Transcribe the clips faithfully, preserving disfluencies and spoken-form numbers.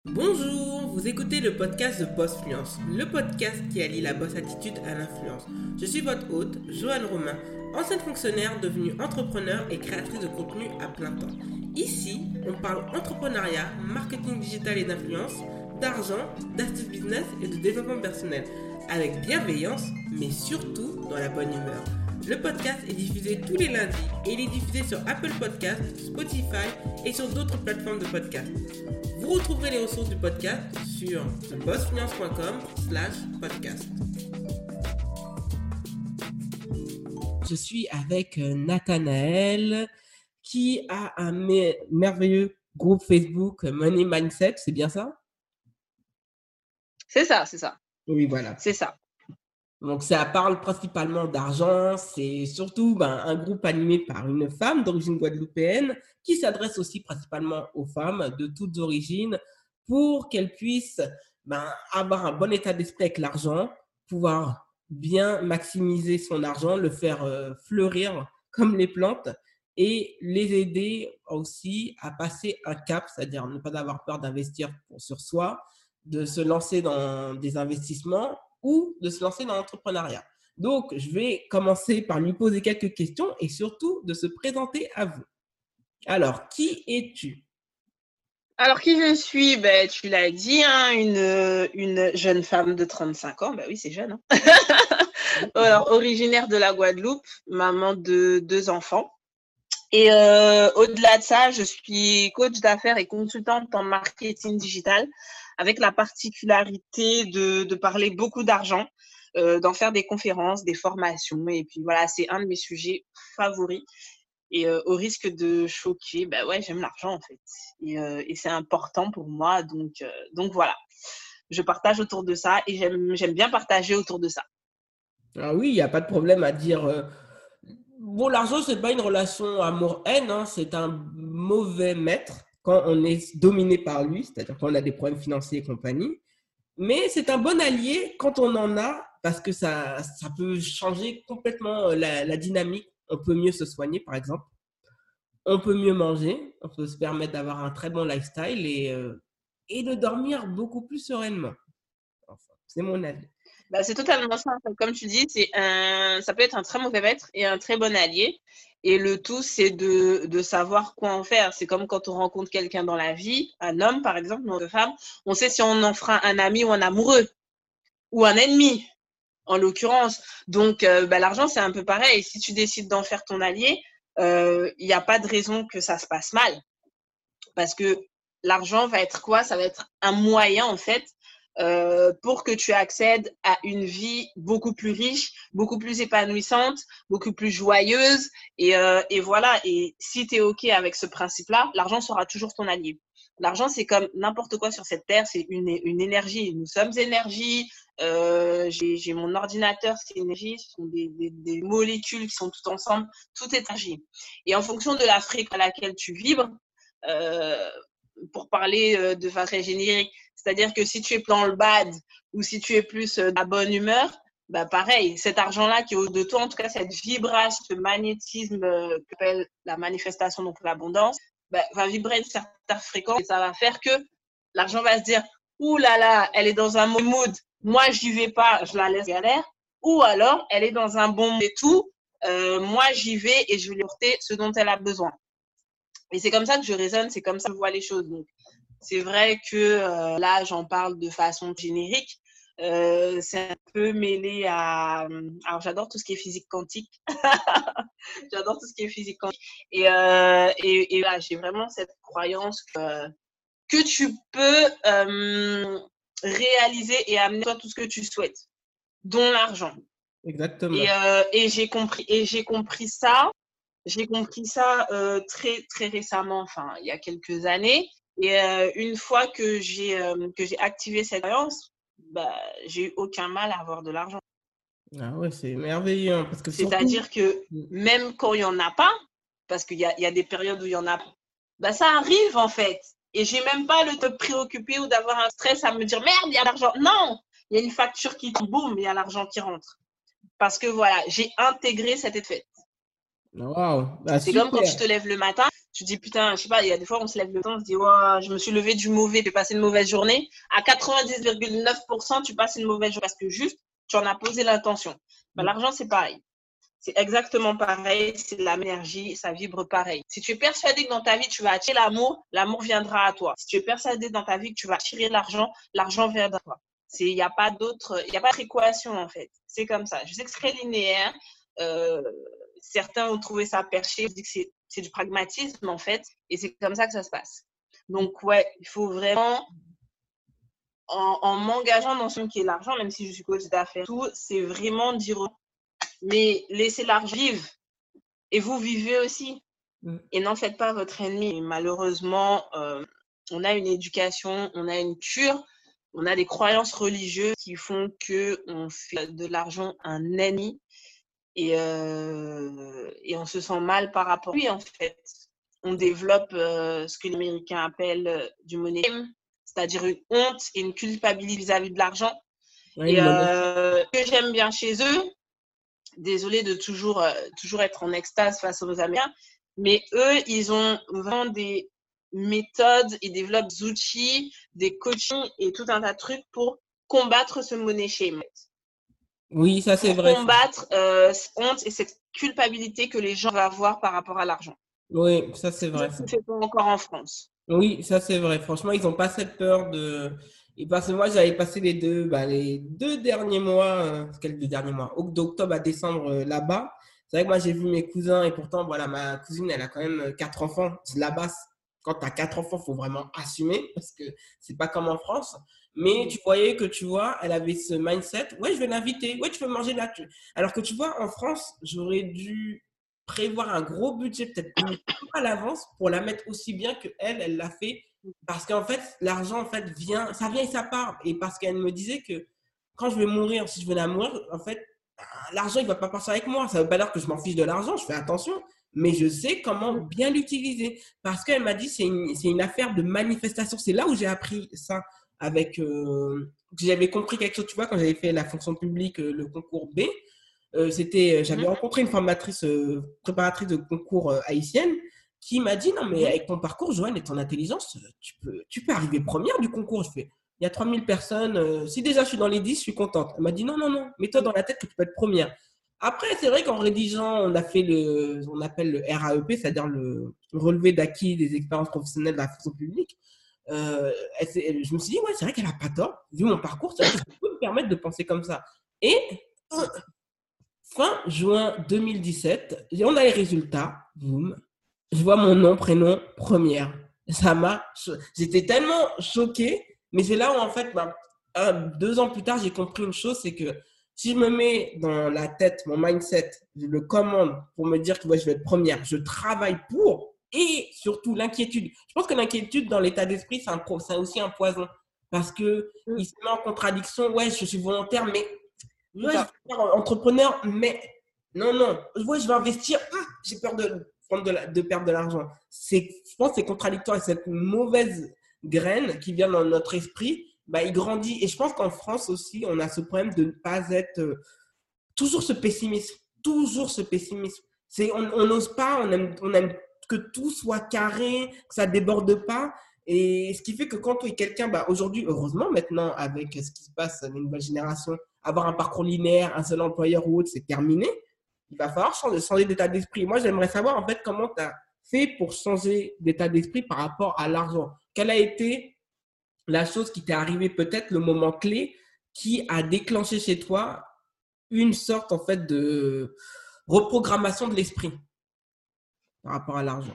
Bonjour, vous écoutez le podcast de Bossfluence, le podcast qui allie la boss attitude à l'influence. Je suis votre hôte, Joanne Romain, ancienne fonctionnaire devenue entrepreneur et créatrice de contenu à plein temps. Ici, on parle entrepreneuriat, marketing digital et d'influence, d'argent, d'astuces business et de développement personnel, avec bienveillance, mais surtout dans la bonne humeur. Le podcast est diffusé tous les lundis et il est diffusé sur Apple Podcasts, Spotify et sur d'autres plateformes de podcast. Vous retrouverez les ressources du podcast sur bossfluence point com slash podcast. Je suis avec Nathanaël qui a un mer- merveilleux groupe Facebook Money Mindset, c'est bien ça? C'est ça, c'est ça. Oui, voilà. C'est ça. Donc, ça parle principalement d'argent. C'est surtout ben, un groupe animé par une femme d'origine guadeloupéenne qui s'adresse aussi principalement aux femmes de toutes origines pour qu'elles puissent ben, avoir un bon état d'esprit avec l'argent, pouvoir bien maximiser son argent, le faire euh, fleurir comme les plantes et les aider aussi à passer un cap, c'est-à-dire ne pas avoir peur d'investir pour, sur soi, de se lancer dans des investissements ou de se lancer dans l'entrepreneuriat. Donc, je vais commencer par lui poser quelques questions et surtout de se présenter à vous. Alors, qui es-tu? Alors, qui je suis? Ben, tu l'as dit, hein, une, une jeune femme de trente-cinq ans. Ben oui, c'est jeune. Hein. Alors, originaire de la Guadeloupe, maman de deux enfants. Et euh, au-delà de ça, je suis coach d'affaires et consultante en marketing digital avec la particularité de, de parler beaucoup d'argent, euh, d'en faire des conférences, des formations. Et puis voilà, c'est un de mes sujets favoris. Et euh, au risque de choquer, bah ouais, j'aime l'argent en fait. Et, euh, et c'est important pour moi. Donc, euh, donc voilà, je partage autour de ça et j'aime, j'aime bien partager autour de ça. Ah oui, il n'y a pas de problème à dire. Euh, bon, l'argent, ce n'est pas une relation amour-haine, hein, c'est un mauvais maître quand on est dominé par lui, c'est-à-dire quand on a des problèmes financiers et compagnie. Mais c'est un bon allié quand on en a, parce que ça, ça peut changer complètement la, la dynamique. On peut mieux se soigner, par exemple. On peut mieux manger. On peut se permettre d'avoir un très bon lifestyle et, euh, et de dormir beaucoup plus sereinement. Enfin, c'est mon avis. Bah, c'est totalement ça. Comme tu dis, c'est un, ça peut être un très mauvais maître et un très bon allié. Et le tout, c'est de, de savoir quoi en faire. C'est comme quand on rencontre quelqu'un dans la vie, un homme par exemple, ou une femme, on sait si on en fera un ami ou un amoureux ou un ennemi. En l'occurrence. Donc, euh, bah, l'argent, c'est un peu pareil. Si tu décides d'en faire ton allié, il euh, n'y a pas de raison que ça se passe mal. Parce que l'argent va être quoi? Ça va être un moyen, en fait, euh, pour que tu accèdes à une vie beaucoup plus riche, beaucoup plus épanouissante, beaucoup plus joyeuse. Et, euh, et voilà. Et si tu es OK avec ce principe-là, l'argent sera toujours ton allié. L'argent, c'est comme n'importe quoi sur cette terre, c'est une, une énergie. Nous sommes énergie. Euh, j'ai, j'ai mon ordinateur, c'est énergie. Ce sont des, des, des molécules qui sont toutes ensemble. Tout est énergie. Et en fonction de la fréquence à laquelle tu vibres, euh, pour parler euh, de façon générique, c'est-à-dire que si tu es dans le bad ou si tu es plus euh, de la bonne humeur, bah pareil, cet argent-là qui est au-dessus de toi, en tout cas cette vibration, ce magnétisme euh, que appelle la manifestation, donc l'abondance, bah, va vibrer une certaine fréquence et ça va faire que l'argent va se dire « Ouh là là, elle est dans un mauvais mood, moi j'y vais pas, je la laisse galère » ou alors elle est dans un bon mood et tout, euh, moi j'y vais et je vais lui apporter ce dont elle a besoin. Et c'est comme ça que je raisonne, c'est comme ça que je vois les choses. Donc, c'est vrai que euh, là, j'en parle de façon générique. Euh, c'est un peu mêlé à... Alors, j'adore tout ce qui est physique quantique. J'adore tout ce qui est physique quantique. Et, euh, et, et là, j'ai vraiment cette croyance que, que tu peux euh, réaliser et amener toi tout ce que tu souhaites, dont l'argent. Exactement. Et, euh, et, j'ai compris, et j'ai compris ça J'ai compris ça euh, très très récemment, enfin il y a quelques années. Et euh, une fois que j'ai euh, que j'ai activé cette croyance, bah j'ai eu aucun mal à avoir de l'argent. Ah ouais, c'est merveilleux hein, parce que surtout. C'est-à-dire que même quand il y en a pas, parce qu'il y a il y a des périodes où il y en a, bah ça arrive en fait. Et j'ai même pas le te préoccuper ou d'avoir un stress à me dire merde il y a l'argent. Non, il y a une facture qui tombe, boum, il y a l'argent qui rentre. Parce que voilà, j'ai intégré cet effet. Waouh, ah, C'est comme quand tu super. te lèves le matin, Tu te dis, putain, je sais pas, il y a des fois, on se lève le temps, on se dit, ouais, je me suis levé du mauvais, j'ai passé une mauvaise journée. À quatre-vingt-dix virgule neuf pour cent, tu passes une mauvaise journée parce que juste, tu en as posé l'intention. Ben, l'argent, c'est pareil. C'est exactement pareil, c'est de l'énergie, ça vibre pareil. Si tu es persuadé que dans ta vie, tu vas attirer l'amour, l'amour viendra à toi. Si tu es persuadé dans ta vie que tu vas attirer l'argent, l'argent viendra à toi. Il n'y a pas d'autre, il n'y a pas d'équation en fait. C'est comme ça. Je sais que c'est très linéaire. Euh, certains ont trouvé ça perché. Je dis que c'est, c'est du pragmatisme en fait. Et c'est comme ça que ça se passe. Donc ouais, il faut vraiment, en, en m'engageant dans ce qui est l'argent, même si je suis coach d'affaires, tout, c'est vraiment dire, mais laissez l'argent vivre. Et vous vivez aussi. Mm. Et n'en faites pas votre ennemi. Et malheureusement, euh, on a une éducation, on a une culture, on a des croyances religieuses qui font qu'on fait de l'argent un ennemi et, euh, et on se sent mal par rapport à lui, en fait. On développe euh, ce que les Américains appellent euh, du money shame, c'est-à-dire une honte et une culpabilité vis-à-vis de l'argent. Ouais, et euh, ce que j'aime bien chez eux, désolée de toujours, euh, toujours être en extase face aux Américains, mais eux, ils ont vraiment des méthodes, ils développent des outils, des coachings et tout un tas de trucs pour combattre ce money shame. Oui, ça c'est pour vrai. Pour combattre euh, cette honte et cette culpabilité que les gens vont avoir par rapport à l'argent. Oui, ça c'est vrai. Ça ne fait pas encore en France. Oui, ça c'est vrai. Franchement, ils n'ont pas cette peur de. Et parce que moi, j'avais passé les deux, bah, les deux derniers mois, euh, quels deux derniers mois, d'octobre à décembre euh, là-bas. C'est vrai que moi, j'ai vu mes cousins et pourtant, voilà, ma cousine, elle a quand même quatre enfants. Là-bas, quand tu as quatre enfants, il faut vraiment assumer parce que c'est pas comme en France. Mais tu voyais que, tu vois, elle avait ce mindset. Ouais, je vais l'inviter. Ouais, tu peux manger là. Alors que tu vois, en France, j'aurais dû prévoir un gros budget, peut-être à l'avance, pour la mettre aussi bien que elle, elle l'a fait. Parce qu'en fait, l'argent, en fait, vient, ça vient et ça part. Et parce qu'elle me disait que quand je vais mourir, si je venais à mourir, en fait, l'argent, il ne va pas partir avec moi. Ça ne veut pas dire que je m'en fiche de l'argent, je fais attention, mais je sais comment bien l'utiliser. Parce qu'elle m'a dit, c'est une, c'est une affaire de manifestation. C'est là où j'ai appris ça avec, euh, j'avais compris quelque chose, tu vois, quand j'avais fait la fonction publique, euh, le concours B, euh, c'était, j'avais rencontré une formatrice, euh, préparatrice de concours euh, haïtienne, qui m'a dit, non, mais avec ton parcours, Joanne, et ton intelligence, tu peux, tu peux arriver première du concours. Je fais, il y a trois mille personnes. Euh, si déjà je suis dans les dix, je suis contente. Elle m'a dit, non, non, non, mets-toi dans la tête que tu peux être première. Après, c'est vrai qu'en rédigeant, on a fait le, on appelle le R A E P, c'est-à-dire le relevé d'acquis des expériences professionnelles de la fonction publique. Euh, elle, elle, je me suis dit, ouais, c'est vrai qu'elle n'a pas tort. Vu mon parcours, c'est vrai que je peux me permettre de penser comme ça. Et euh, fin juin deux mille dix-sept, on a les résultats. Boum. Je vois mon nom, prénom, première. Ça m'a. J'étais tellement choquée, mais c'est là où, en fait, bah, un, deux ans plus tard, j'ai compris une chose, c'est que si je me mets dans la tête, mon mindset, je le commande pour me dire que ouais, je vais être première, je travaille pour, et surtout l'inquiétude. Je pense que l'inquiétude, dans l'état d'esprit, c'est, un, c'est aussi un poison. Parce qu'il mm. se met en contradiction, ouais, je suis volontaire, mais ouais, je vais faire entrepreneur, mais non, non, ouais, je vais investir, hum, j'ai peur de De, la, de perdre de l'argent. C'est, je pense que c'est contradictoire et cette mauvaise graine qui vient dans notre esprit, bah, il grandit. Et je pense qu'en France aussi, on a ce problème de ne pas être euh, toujours ce pessimisme, toujours ce pessimisme. C'est, on n'ose pas, on aime, on aime que tout soit carré, que ça déborde pas. Et ce qui fait que quand tu es quelqu'un, bah, aujourd'hui, heureusement, maintenant, avec ce qui se passe, les nouvelles générations, avoir un parcours linéaire, un seul employeur ou autre, c'est terminé. Il va falloir changer, changer d'état d'esprit. Moi, j'aimerais savoir, en fait, comment tu as fait pour changer d'état d'esprit par rapport à l'argent. Quelle a été la chose qui t'est arrivée, peut-être le moment clé, qui a déclenché chez toi une sorte, en fait, de reprogrammation de l'esprit par rapport à l'argent?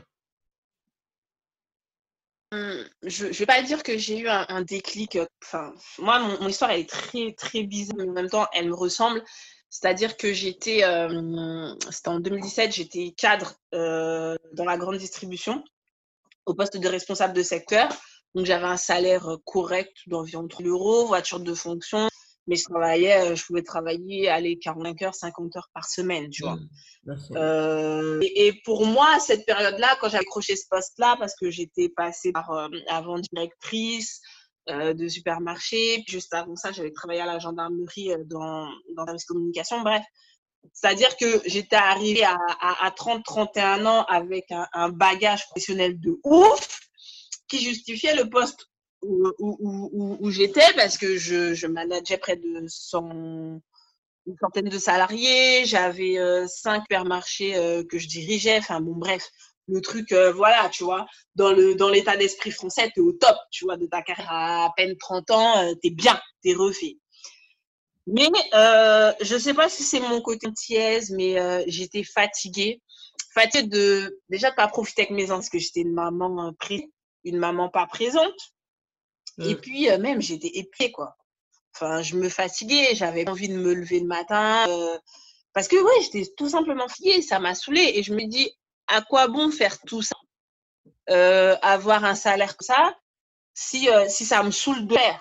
Je ne vais pas dire que j'ai eu un, un déclic. Enfin, moi, mon, mon histoire, elle est très, très bizarre, mais en même temps, elle me ressemble. C'est-à-dire que j'étais, euh, c'était en deux mille dix-sept, j'étais cadre euh, dans la grande distribution, au poste de responsable de secteur. Donc, j'avais un salaire correct d'environ trois mille euros, voiture de fonction. Mais je travaillais, je pouvais travailler, aller quarante-cinq heures, cinquante heures par semaine, tu vois. Mmh. Euh, et, et pour moi, à cette période-là, quand j'ai accroché ce poste-là, parce que j'étais passée par euh, avant directrice euh, de supermarché, puis juste avant ça, j'avais travaillé à la gendarmerie euh, dans, dans la communication, bref. C'est-à-dire que j'étais arrivée à, à, à trente, trente et un ans avec un, un bagage professionnel de ouf qui justifiait le poste où, où, où, où j'étais parce que je, je manageais près de cent, une centaine de salariés, j'avais euh, cinq supermarchés euh, que je dirigeais, enfin bon bref, le truc, euh, voilà, tu vois, dans, le, dans l'état d'esprit français, t'es au top, tu vois, de ta carrière à, à peine trente ans, euh, t'es bien, t'es refait. Mais euh, je sais pas si c'est mon côté tièse, mais euh, j'étais fatiguée. Fatiguée de déjà de pas profiter avec mes enfants parce que j'étais une maman euh, prise, une maman pas présente. Et Mm. puis euh, même j'étais épuisée quoi. Enfin, je me fatiguais, j'avais envie de me lever le matin euh, parce que ouais, j'étais tout simplement fatiguée, ça m'a saoulée et je me dis à quoi bon faire tout ça, euh, avoir un salaire comme ça si euh, si ça me saoule de faire.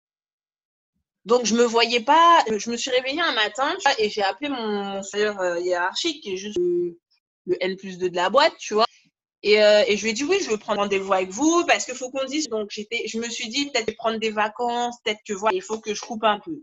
Donc, je me voyais pas. Je me suis réveillée un matin tu vois, et j'ai appelé mon supérieur euh, hiérarchique, qui est juste le, le N plus deux de la boîte, tu vois. Et, euh, et je lui ai dit, oui, je veux prendre rendez-vous avec vous parce qu'il faut qu'on dise. Donc, j'étais, je me suis dit, peut-être prendre des vacances, peut-être que voilà, il faut que je coupe un peu.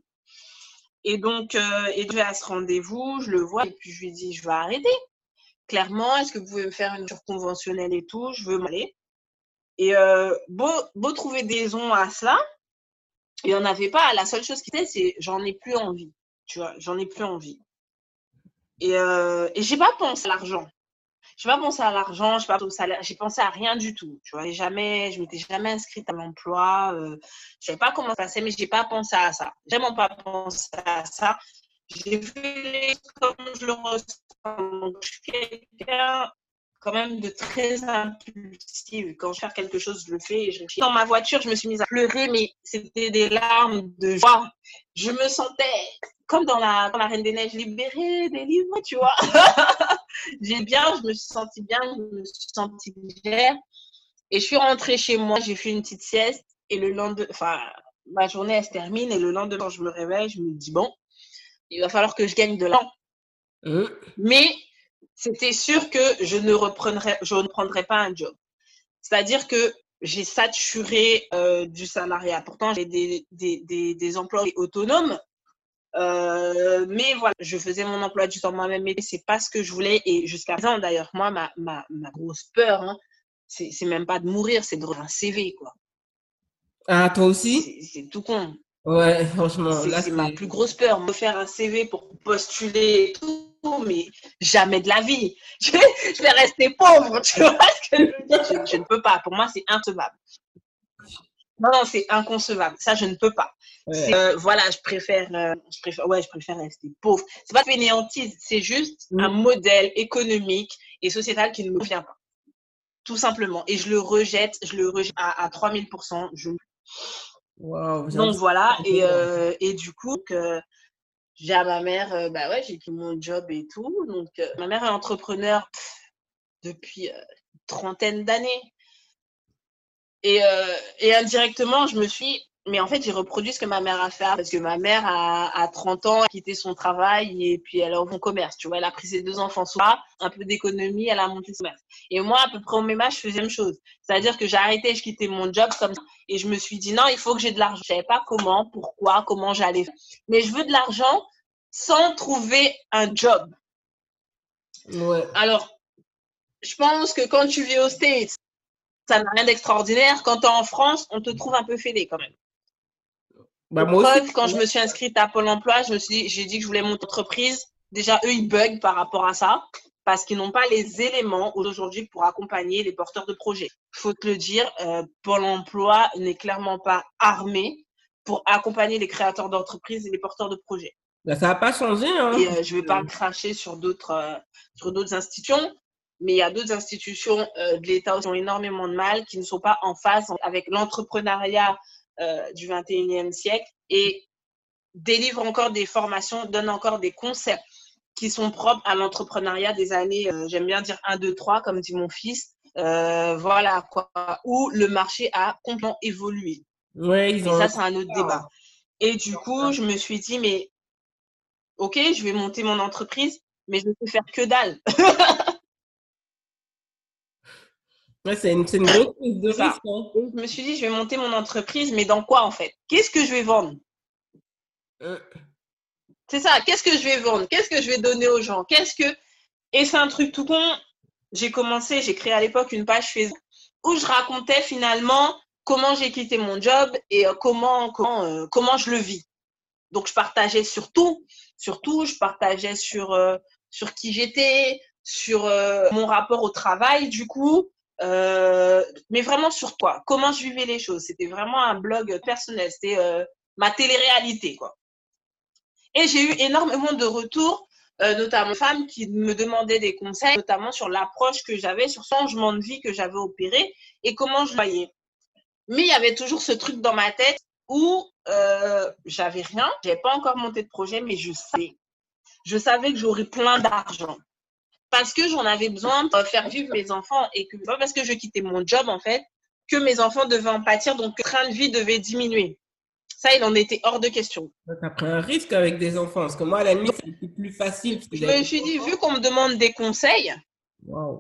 Et donc, euh, et je vais à ce rendez-vous, je le vois, et puis je lui dis, je vais arrêter. Clairement, est-ce que vous pouvez me faire une rupture conventionnelle et tout? Je veux m'aller. Et euh, beau, beau trouver des raisons à cela, il n'y en avait pas. La seule chose qui était, c'est j'en ai plus envie. Tu vois, j'en ai plus envie. Et, euh, et j'ai pas pensé à l'argent. J'ai pas pensé à l'argent, j'ai pas pensé au salaire, j'ai pensé à rien du tout. Tu vois, j'ai jamais, je m'étais jamais inscrite à l'emploi. Euh, je savais pas comment ça passait, mais j'ai pas pensé à ça. J'ai vraiment pas pensé à ça. J'ai fait les comme je le ressens. Donc, je suis quelqu'un quand même de très impulsive. Quand je fais quelque chose, je le fais et je réfléchis. Dans ma voiture, je me suis mise à pleurer, mais c'était des larmes de joie. Je me sentais comme dans la, dans la Reine des Neiges, libérée, délivrée, tu vois. J'ai bien, je me suis sentie bien, je me suis sentie légère. Et je suis rentrée chez moi, j'ai fait une petite sieste. Et le lendemain, enfin, ma journée, elle se termine. Et le lendemain, quand je me réveille, je me dis, bon, il va falloir que je gagne de l'argent. Mm. Mais c'était sûr que je ne reprendrais, je ne prendrais pas un job. C'est-à-dire que j'ai saturé euh, du salariat. Pourtant, j'ai des, des, des, des emplois autonomes. Euh, mais voilà, je faisais mon emploi du temps moi-même, mais c'est pas ce que je voulais. Et jusqu'à présent, d'ailleurs, moi, ma, ma, ma grosse peur, hein, c'est, c'est même pas de mourir, c'est de refaire un C V, quoi. Ah, toi aussi? C'est, c'est tout con. Ouais, franchement, C'est, là, c'est ma c'est. plus grosse peur, me faire un C V pour postuler et tout, mais jamais de la vie. Je vais, je vais rester pauvre, tu vois ce que je veux dire? Je, je ne peux pas. Pour moi, c'est inconcevable. Non, non, c'est inconcevable. Ça, je ne peux pas. C'est, Ouais. euh, voilà, je préfère, euh, je préfère, ouais, je préfère rester pauvre. C'est pas fainéantise, c'est juste un Mm. modèle économique et sociétal qui ne me convient pas. Tout simplement. Et je le rejette, je le rejette à, à trois mille pour cent. Je... Waouh, j'avoue, Donc c'est voilà. Et, énorme. euh, et du coup, que j'ai à ma mère, euh, bah ouais, j'ai pris mon job et tout. Donc, euh, ma mère est entrepreneur pff, depuis euh, une trentaine d'années. Et, euh, et indirectement, je me suis. Mais en fait, j'ai reproduit ce que ma mère a fait parce que ma mère, a, à trente ans, a quitté son travail et puis elle a ouvert son commerce. Tu vois, elle a pris ses deux enfants sous bras, un peu d'économie, elle a monté son commerce. Et moi, à peu près au même âge, je faisais la même chose. C'est-à-dire que j'ai arrêté, je quittais mon job comme ça et je me suis dit non, il faut que j'ai de l'argent. Je savais pas comment, pourquoi, comment j'allais faire. Mais je veux de l'argent sans trouver un job. Ouais. Alors, je pense que quand tu vis aux States, ça n'a rien d'extraordinaire. Quand tu es en France, on te trouve un peu fêlé quand même. Bah, Pour moi aussi. preuve, quand je me suis inscrite à Pôle emploi, je me suis dit, j'ai dit que je voulais monter entreprise. Déjà, eux, ils bug par rapport à ça parce qu'ils n'ont pas les éléments aujourd'hui pour accompagner les porteurs de projets. Il faut te le dire, euh, Pôle emploi n'est clairement pas armé pour accompagner les créateurs d'entreprises et les porteurs de projets. Bah, ça n'a pas changé, hein. Et euh, je ne vais pas cracher sur d'autres euh, sur d'autres institutions, mais il y a d'autres institutions euh, de l'État qui ont énormément de mal, qui ne sont pas en phase avec l'entrepreneuriat euh, du vingt et unième siècle et délivrent encore des formations, donnent encore des concepts qui sont propres à l'entrepreneuriat des années, euh, j'aime bien dire un, deux, trois, comme dit mon fils. Euh, voilà quoi, où le marché a complètement évolué. Ouais, ils Et ont. ça, c'est un autre débat. Et du coup, je me suis dit, mais ok, je vais monter mon entreprise, mais je ne sais faire que dalle. Ouais, c'est une, c'est une grosse prise de C'est ça. risque, hein. Et je me suis dit, je vais monter mon entreprise, mais dans quoi en fait? Qu'est-ce que je vais vendre? Euh, C'est ça. Qu'est-ce que je vais vendre? Qu'est-ce que je vais donner aux gens? Qu'est-ce que... Et c'est un truc tout con. J'ai commencé, j'ai créé à l'époque une page Facebook où je racontais finalement comment j'ai quitté mon job et comment, comment, euh, comment je le vis. Donc, je partageais sur tout. Sur tout, je partageais sur, euh, sur qui j'étais, sur euh, mon rapport au travail, du coup. Euh, mais vraiment sur toi. Comment je vivais les choses. C'était vraiment un blog personnel. C'était euh, ma télé-réalité, quoi. Et j'ai eu énormément de retours, euh, notamment de femmes qui me demandaient des conseils, notamment sur l'approche que j'avais, sur ce changement de vie que j'avais opéré et comment je voyais. Mais il y avait toujours ce truc dans ma tête où euh, j'avais rien, j'avais pas encore monté de projet, mais je savais, je savais que j'aurais plein d'argent parce que j'en avais besoin pour faire vivre mes enfants et que pas parce que je quittais mon job en fait que mes enfants devaient en pâtir, donc le train de vie devait diminuer. Ça, il en était hors de question. Tu as pris un risque avec des enfants. Parce que moi, à la limite, c'est un peu plus facile. Parce que je me suis dit, vu qu'on me demande des conseils, wow.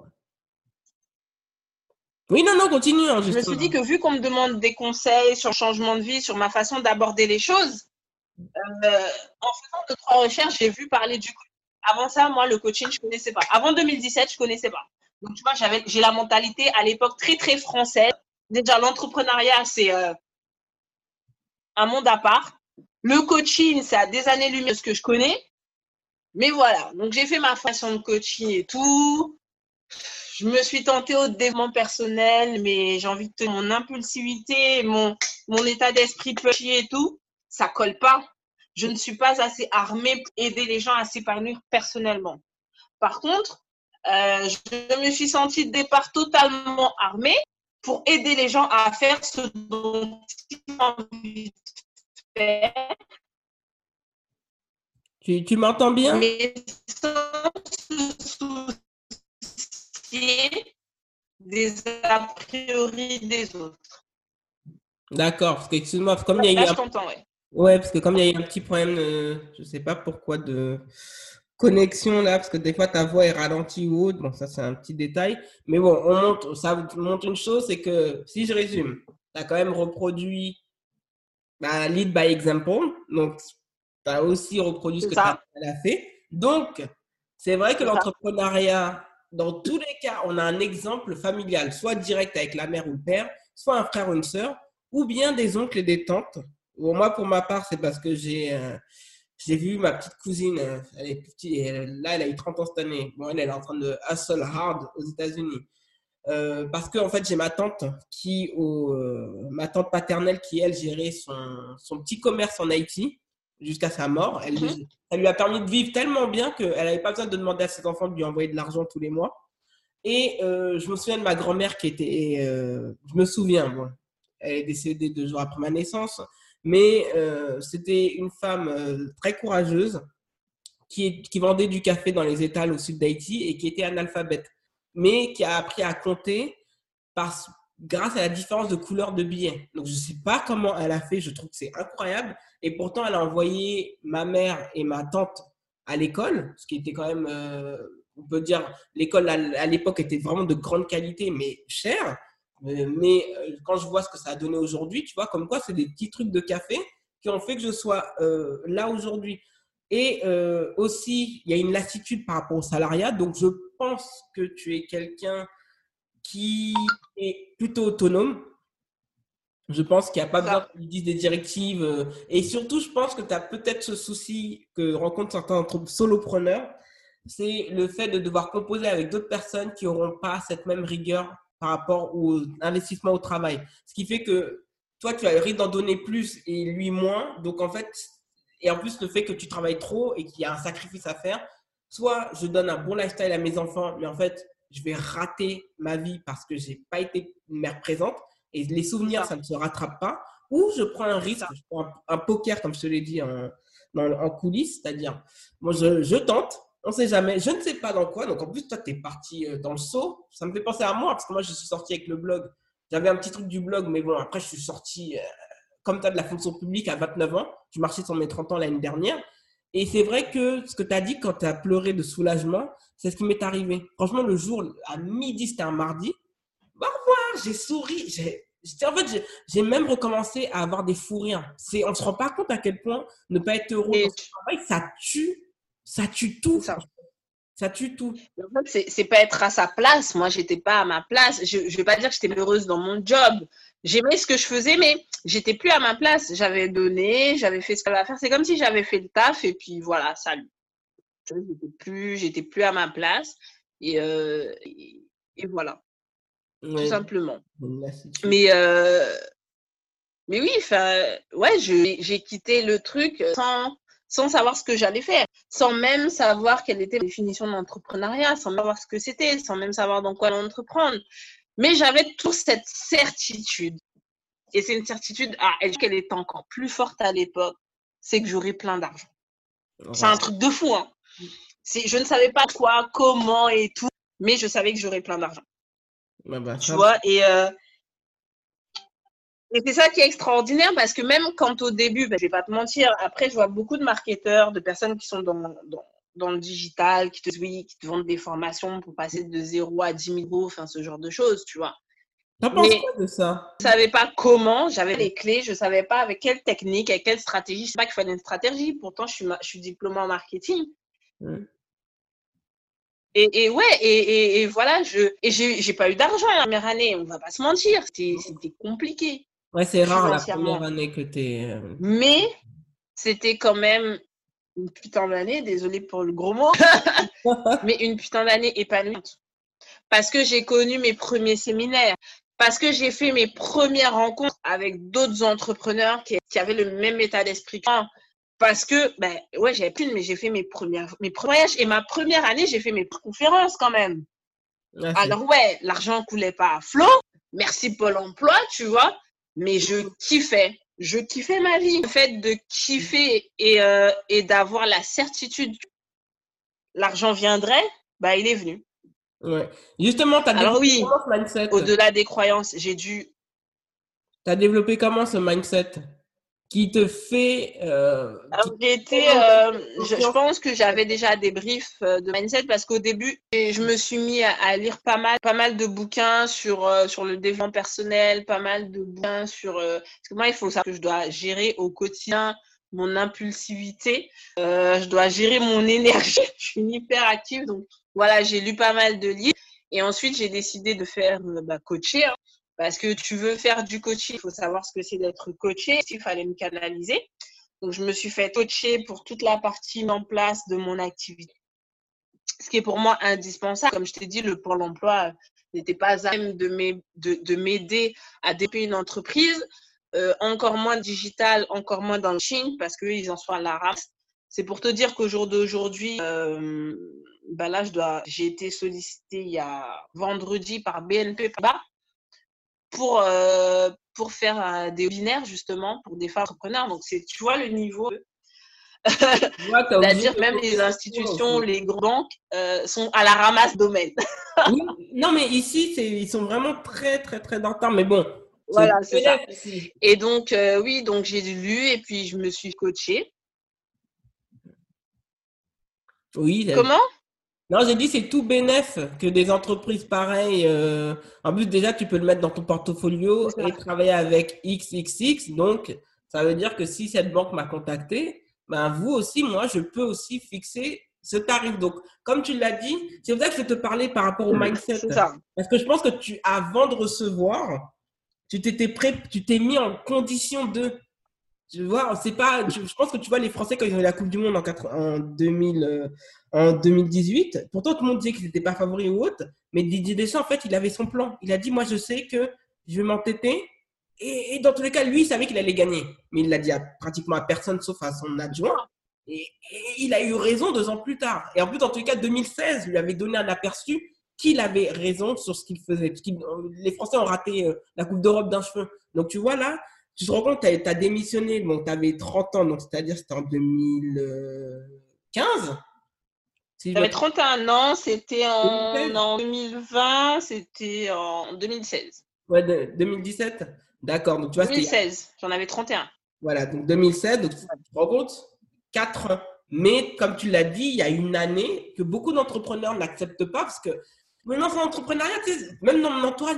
Oui, non, non, continue. Hein, je me suis dit que vu qu'on me demande des conseils sur le changement de vie, sur ma façon d'aborder les choses, euh, en faisant deux, trois recherches, j'ai vu parler du coaching. Avant ça, moi, le coaching, je ne connaissais pas. Avant deux mille dix-sept, je ne connaissais pas. Donc, tu vois, j'avais, j'ai la mentalité à l'époque très, très française. Déjà, l'entrepreneuriat, c'est euh, un monde à part. Le coaching, c'est à des années-lumière de ce que je connais. Mais voilà, donc j'ai fait ma formation de coaching et tout. Je me suis tentée au développement personnel, mais j'ai envie de te dire, mon impulsivité, mon, mon état d'esprit petit et tout, ça colle pas. Je ne suis pas assez armée pour aider les gens à s'épanouir personnellement. Par contre, euh, je me suis sentie de départ totalement armée pour aider les gens à faire ce dont ils ont envie de faire. Tu, tu m'entends bien? Mais sans se soucier des a priori des autres. D'accord, parce que excuse-moi, comme il y a Là, eu je un... t'entends, ouais. Ouais, parce que comme il y a eu un petit problème, euh, je sais pas pourquoi, de connexion là, parce que des fois ta voix est ralentie ou autre. Bon, ça c'est un petit détail. Mais bon, on montre, ça montre une chose, c'est que si je résume, tu as quand même reproduit bah, lead by example. Donc, tu as aussi reproduit ce C'est que ta ça. mère a fait. Donc, c'est vrai que C'est ça. l'entrepreneuriat, dans tous les cas, on a un exemple familial, soit direct avec la mère ou le père, soit un frère ou une sœur, ou bien des oncles et des tantes. Bon, moi, pour ma part, c'est parce que j'ai euh, j'ai vu ma petite cousine, euh, elle est plus petite, et elle- là, elle a eu trente ans cette année. Bon, elle, elle est en train de hustle hard aux États-Unis. Euh, parce que en fait, j'ai ma tante qui, au, euh, ma tante paternelle qui, elle, gérait son, son petit commerce en Haïti jusqu'à sa mort. Elle, Mhm. ça lui a permis de vivre tellement bien qu'elle n'avait pas besoin de demander à ses enfants de lui envoyer de l'argent tous les mois. Et euh, je me souviens de ma grand-mère qui était, euh, je me souviens, bon, elle est décédée deux jours après ma naissance, mais euh, c'était une femme euh, très courageuse qui, qui vendait du café dans les étals au sud d'Haïti et qui était analphabète, mais qui a appris à compter par, grâce à la différence de couleur de billets. Donc, je ne sais pas comment elle a fait, je trouve que c'est incroyable. Et pourtant, elle a envoyé ma mère et ma tante à l'école, ce qui était quand même, euh, on peut dire, l'école à, à l'époque était vraiment de grande qualité, mais chère. Euh, mais euh, quand je vois ce que ça a donné aujourd'hui, tu vois, comme quoi c'est des petits trucs de café qui ont fait que je sois euh, là aujourd'hui. Et euh, aussi, il y a une lassitude par rapport au salariat. Donc, je pense que tu es quelqu'un qui est plutôt autonome. Je pense qu'il n'y a pas C'est besoin ça. qu'on lui dise des directives. euh, Et surtout, je pense que tu as peut-être ce souci que rencontrent certains solopreneurs, c'est le fait de devoir composer avec d'autres personnes qui n'auront pas cette même rigueur par rapport au investissement au travail. Ce qui fait que toi, tu as le risque d'en donner plus et lui moins. Donc, en fait, et en plus, le fait que tu travailles trop et qu'il y a un sacrifice à faire, soit je donne un bon lifestyle à mes enfants, mais en fait, je vais rater ma vie parce que je n'ai pas été une mère présente et les C'est souvenirs, ça. ça ne se rattrape pas. Ou je prends un C'est risque, ça. je prends un, un poker, comme je te l'ai dit, en, dans, en coulisses, c'est-à-dire, moi, je, je tente, on ne sait jamais, je ne sais pas dans quoi. Donc, en plus, toi, tu es parti euh, dans le saut. Ça me fait penser à moi, parce que moi, je suis sorti avec le blog. J'avais un petit truc du blog, mais bon, après, je suis sorti, euh, comme tu as de la fonction publique à vingt-neuf ans. Je marchais sur mes trente ans l'année dernière. Et c'est vrai que ce que tu as dit quand tu as pleuré de soulagement, c'est ce qui m'est arrivé. Franchement, le jour, à midi, c'était un mardi, bah, au revoir, j'ai souri. J'ai En fait, j'ai, j'ai même recommencé à avoir des fous rires. C'est, on ne se rend pas compte à quel point ne pas être heureux dans Et son travail, ça tue, ça tue tout, c'est ça. franchement. Ça tue tout. En fait, c'est, c'est pas être à sa place. Moi, j'étais pas à ma place. Je, je vais pas dire que j'étais heureuse dans mon job. J'aimais ce que je faisais, mais j'étais plus à ma place. J'avais donné, j'avais fait ce qu'il y avait à faire. C'est comme si j'avais fait le taf et puis voilà, salut. J'étais plus, j'étais plus à ma place et, euh, et, et voilà, tout Ouais, simplement. une lassitude. Mais euh, mais oui, enfin, ouais, je, j'ai quitté le truc sans sans savoir ce que j'allais faire, sans même savoir quelle était la définition de l'entrepreneuriat, sans même savoir ce que c'était, sans même savoir dans quoi l'entreprendre. Mais j'avais toute cette certitude. Et c'est une certitude, ah, qu'elle était encore plus forte à l'époque, c'est que j'aurais plein d'argent. C'est un Ouais. truc de fou, hein. C'est, je ne savais pas quoi, comment et tout, mais je savais que j'aurais plein d'argent. Ouais, bah, Tu ça, vois, et, euh, et c'est ça qui est extraordinaire parce que même quand au début, ben, je vais pas te mentir, après, je vois beaucoup de marketeurs, de personnes qui sont dans, dans, dans le digital, qui te, oui, qui te vendent des formations pour passer de zéro à dix mille euros, enfin, ce genre de choses, tu vois. t'en penses Mais quoi de ça? je savais pas comment, j'avais les clés, je savais pas avec quelle technique, avec quelle stratégie. Je sais pas qu'il fallait une stratégie. Pourtant, je suis, je suis diplômée en marketing. Hmm. Et, et ouais, et, et, et voilà, je, et j'ai, j'ai pas eu d'argent la première année. On va pas se mentir, c'était, c'était compliqué Ouais, c'est rare la première financièrement. année que t'es. euh, Mais c'était quand même une putain d'année, désolée pour le gros mot, mais une putain d'année épanouissante. Parce que j'ai connu mes premiers séminaires, parce que j'ai fait mes premières rencontres avec d'autres entrepreneurs qui, qui avaient le même état d'esprit que moi. Parce que, ben, ouais, j'avais plus, mais j'ai fait mes premières, mes premiers voyages. Et ma première année, j'ai fait mes conférences quand même. Ah, c'est... Alors, ouais, l'argent coulait pas à flot. Merci Pôle emploi, tu vois. Mais je kiffais. Je kiffais ma vie. Le fait de kiffer et, euh, et d'avoir la certitude que l'argent viendrait, bah, il est venu. Ouais. Justement, tu as Alors développé oui, comment ce mindset? au-delà des croyances, j'ai dû. Tu as développé comment ce mindset qui te fait, euh, Alors, qui te j'ai fait été, tellement euh, je, je confiance? pense que j'avais déjà des briefs euh, de mindset parce qu'au début, je me suis mis à, à lire pas mal, pas mal de bouquins sur, euh, sur le développement personnel, pas mal de bouquins sur. Euh, parce que moi, il faut savoir que je dois gérer au quotidien mon impulsivité, euh, je dois gérer mon énergie. Je suis une hyperactive, donc voilà, j'ai lu pas mal de livres et ensuite j'ai décidé de faire euh, bah, coacher. Hein, parce que tu veux faire du coaching, il faut savoir ce que c'est d'être coaché. Il fallait me canaliser. Donc, je me suis fait coacher pour toute la partie mise en place de mon activité. Ce qui est pour moi indispensable. Comme je t'ai dit, le Pôle emploi n'était pas à même de m'aider à développer une entreprise, euh, encore moins digital, encore moins dans le Chine, parce qu'ils en sont à la race. C'est pour te dire qu'au jour d'aujourd'hui, euh, ben là, je dois, j'ai été sollicitée il y a vendredi par B N P Paribas pour, euh, pour faire euh, des webinaires, justement, pour des femmes entrepreneurs. Donc, c'est, tu vois le niveau. Ouais, tu es obligé de C'est-à-dire même développer les ce tour institutions, aussi. les grandes banques euh, sont à la ramasse domaine. Oui, non, mais ici, c'est, ils sont vraiment très, très, très en retard. Mais bon, c'est Voilà, c'est ça. P N F ici. Et donc, euh, oui, donc j'ai lu et puis je me suis coachée. Oui, Comment? non, j'ai dit c'est tout bénef que des entreprises pareilles. euh, En plus, déjà, tu peux le mettre dans ton portfolio C'est ça. et travailler avec X X X. Donc, ça veut dire que si cette banque m'a contacté, ben vous aussi, moi, je peux aussi fixer ce tarif. Donc, comme tu l'as dit, c'est pour ça que je te parlais par rapport au mindset. C'est ça. Parce que je pense que tu, avant de recevoir, tu t'étais prêt, tu t'es mis en condition de. Tu vois, c'est pas. Je, je pense que tu vois les Français quand ils ont eu la Coupe du Monde en, quatre- en deux mille, euh, en deux mille dix-huit. Pourtant, tout le monde disait qu'ils n'étaient pas favoris ou autre. Mais Didier Deschamps, en fait, il avait son plan. Il a dit, moi, je sais que je vais m'entêter. Et, et dans tous les cas, lui, il savait qu'il allait gagner. Mais il l'a dit à, pratiquement à personne sauf à son adjoint. Et, et il a eu raison deux ans plus tard. Et en plus, dans tous les cas, deux mille seize lui avait donné un aperçu qu'il avait raison sur ce qu'il faisait. Parce qu'il- les Français ont raté euh, la Coupe d'Europe d'un cheveu. Donc, tu vois là, tu te rends compte, tu as démissionné, donc tu avais trente ans, donc c'est-à-dire c'était en deux mille quinze, si je me J'avais trompe, trente et un ans, c'était en, deux mille seize. en deux mille vingt, c'était en deux mille seize. Ouais, de- deux mille dix-sept. D'accord, donc tu vois, c'était il y a- deux mille seize, j'en avais trente et un. voilà, donc deux mille seize, donc tu te rends compte, quatre ans. Mais comme tu l'as dit, il y a une année que beaucoup d'entrepreneurs n'acceptent pas parce que maintenant, c'est l'entrepreneuriat, tu sais, même dans mon entourage, mais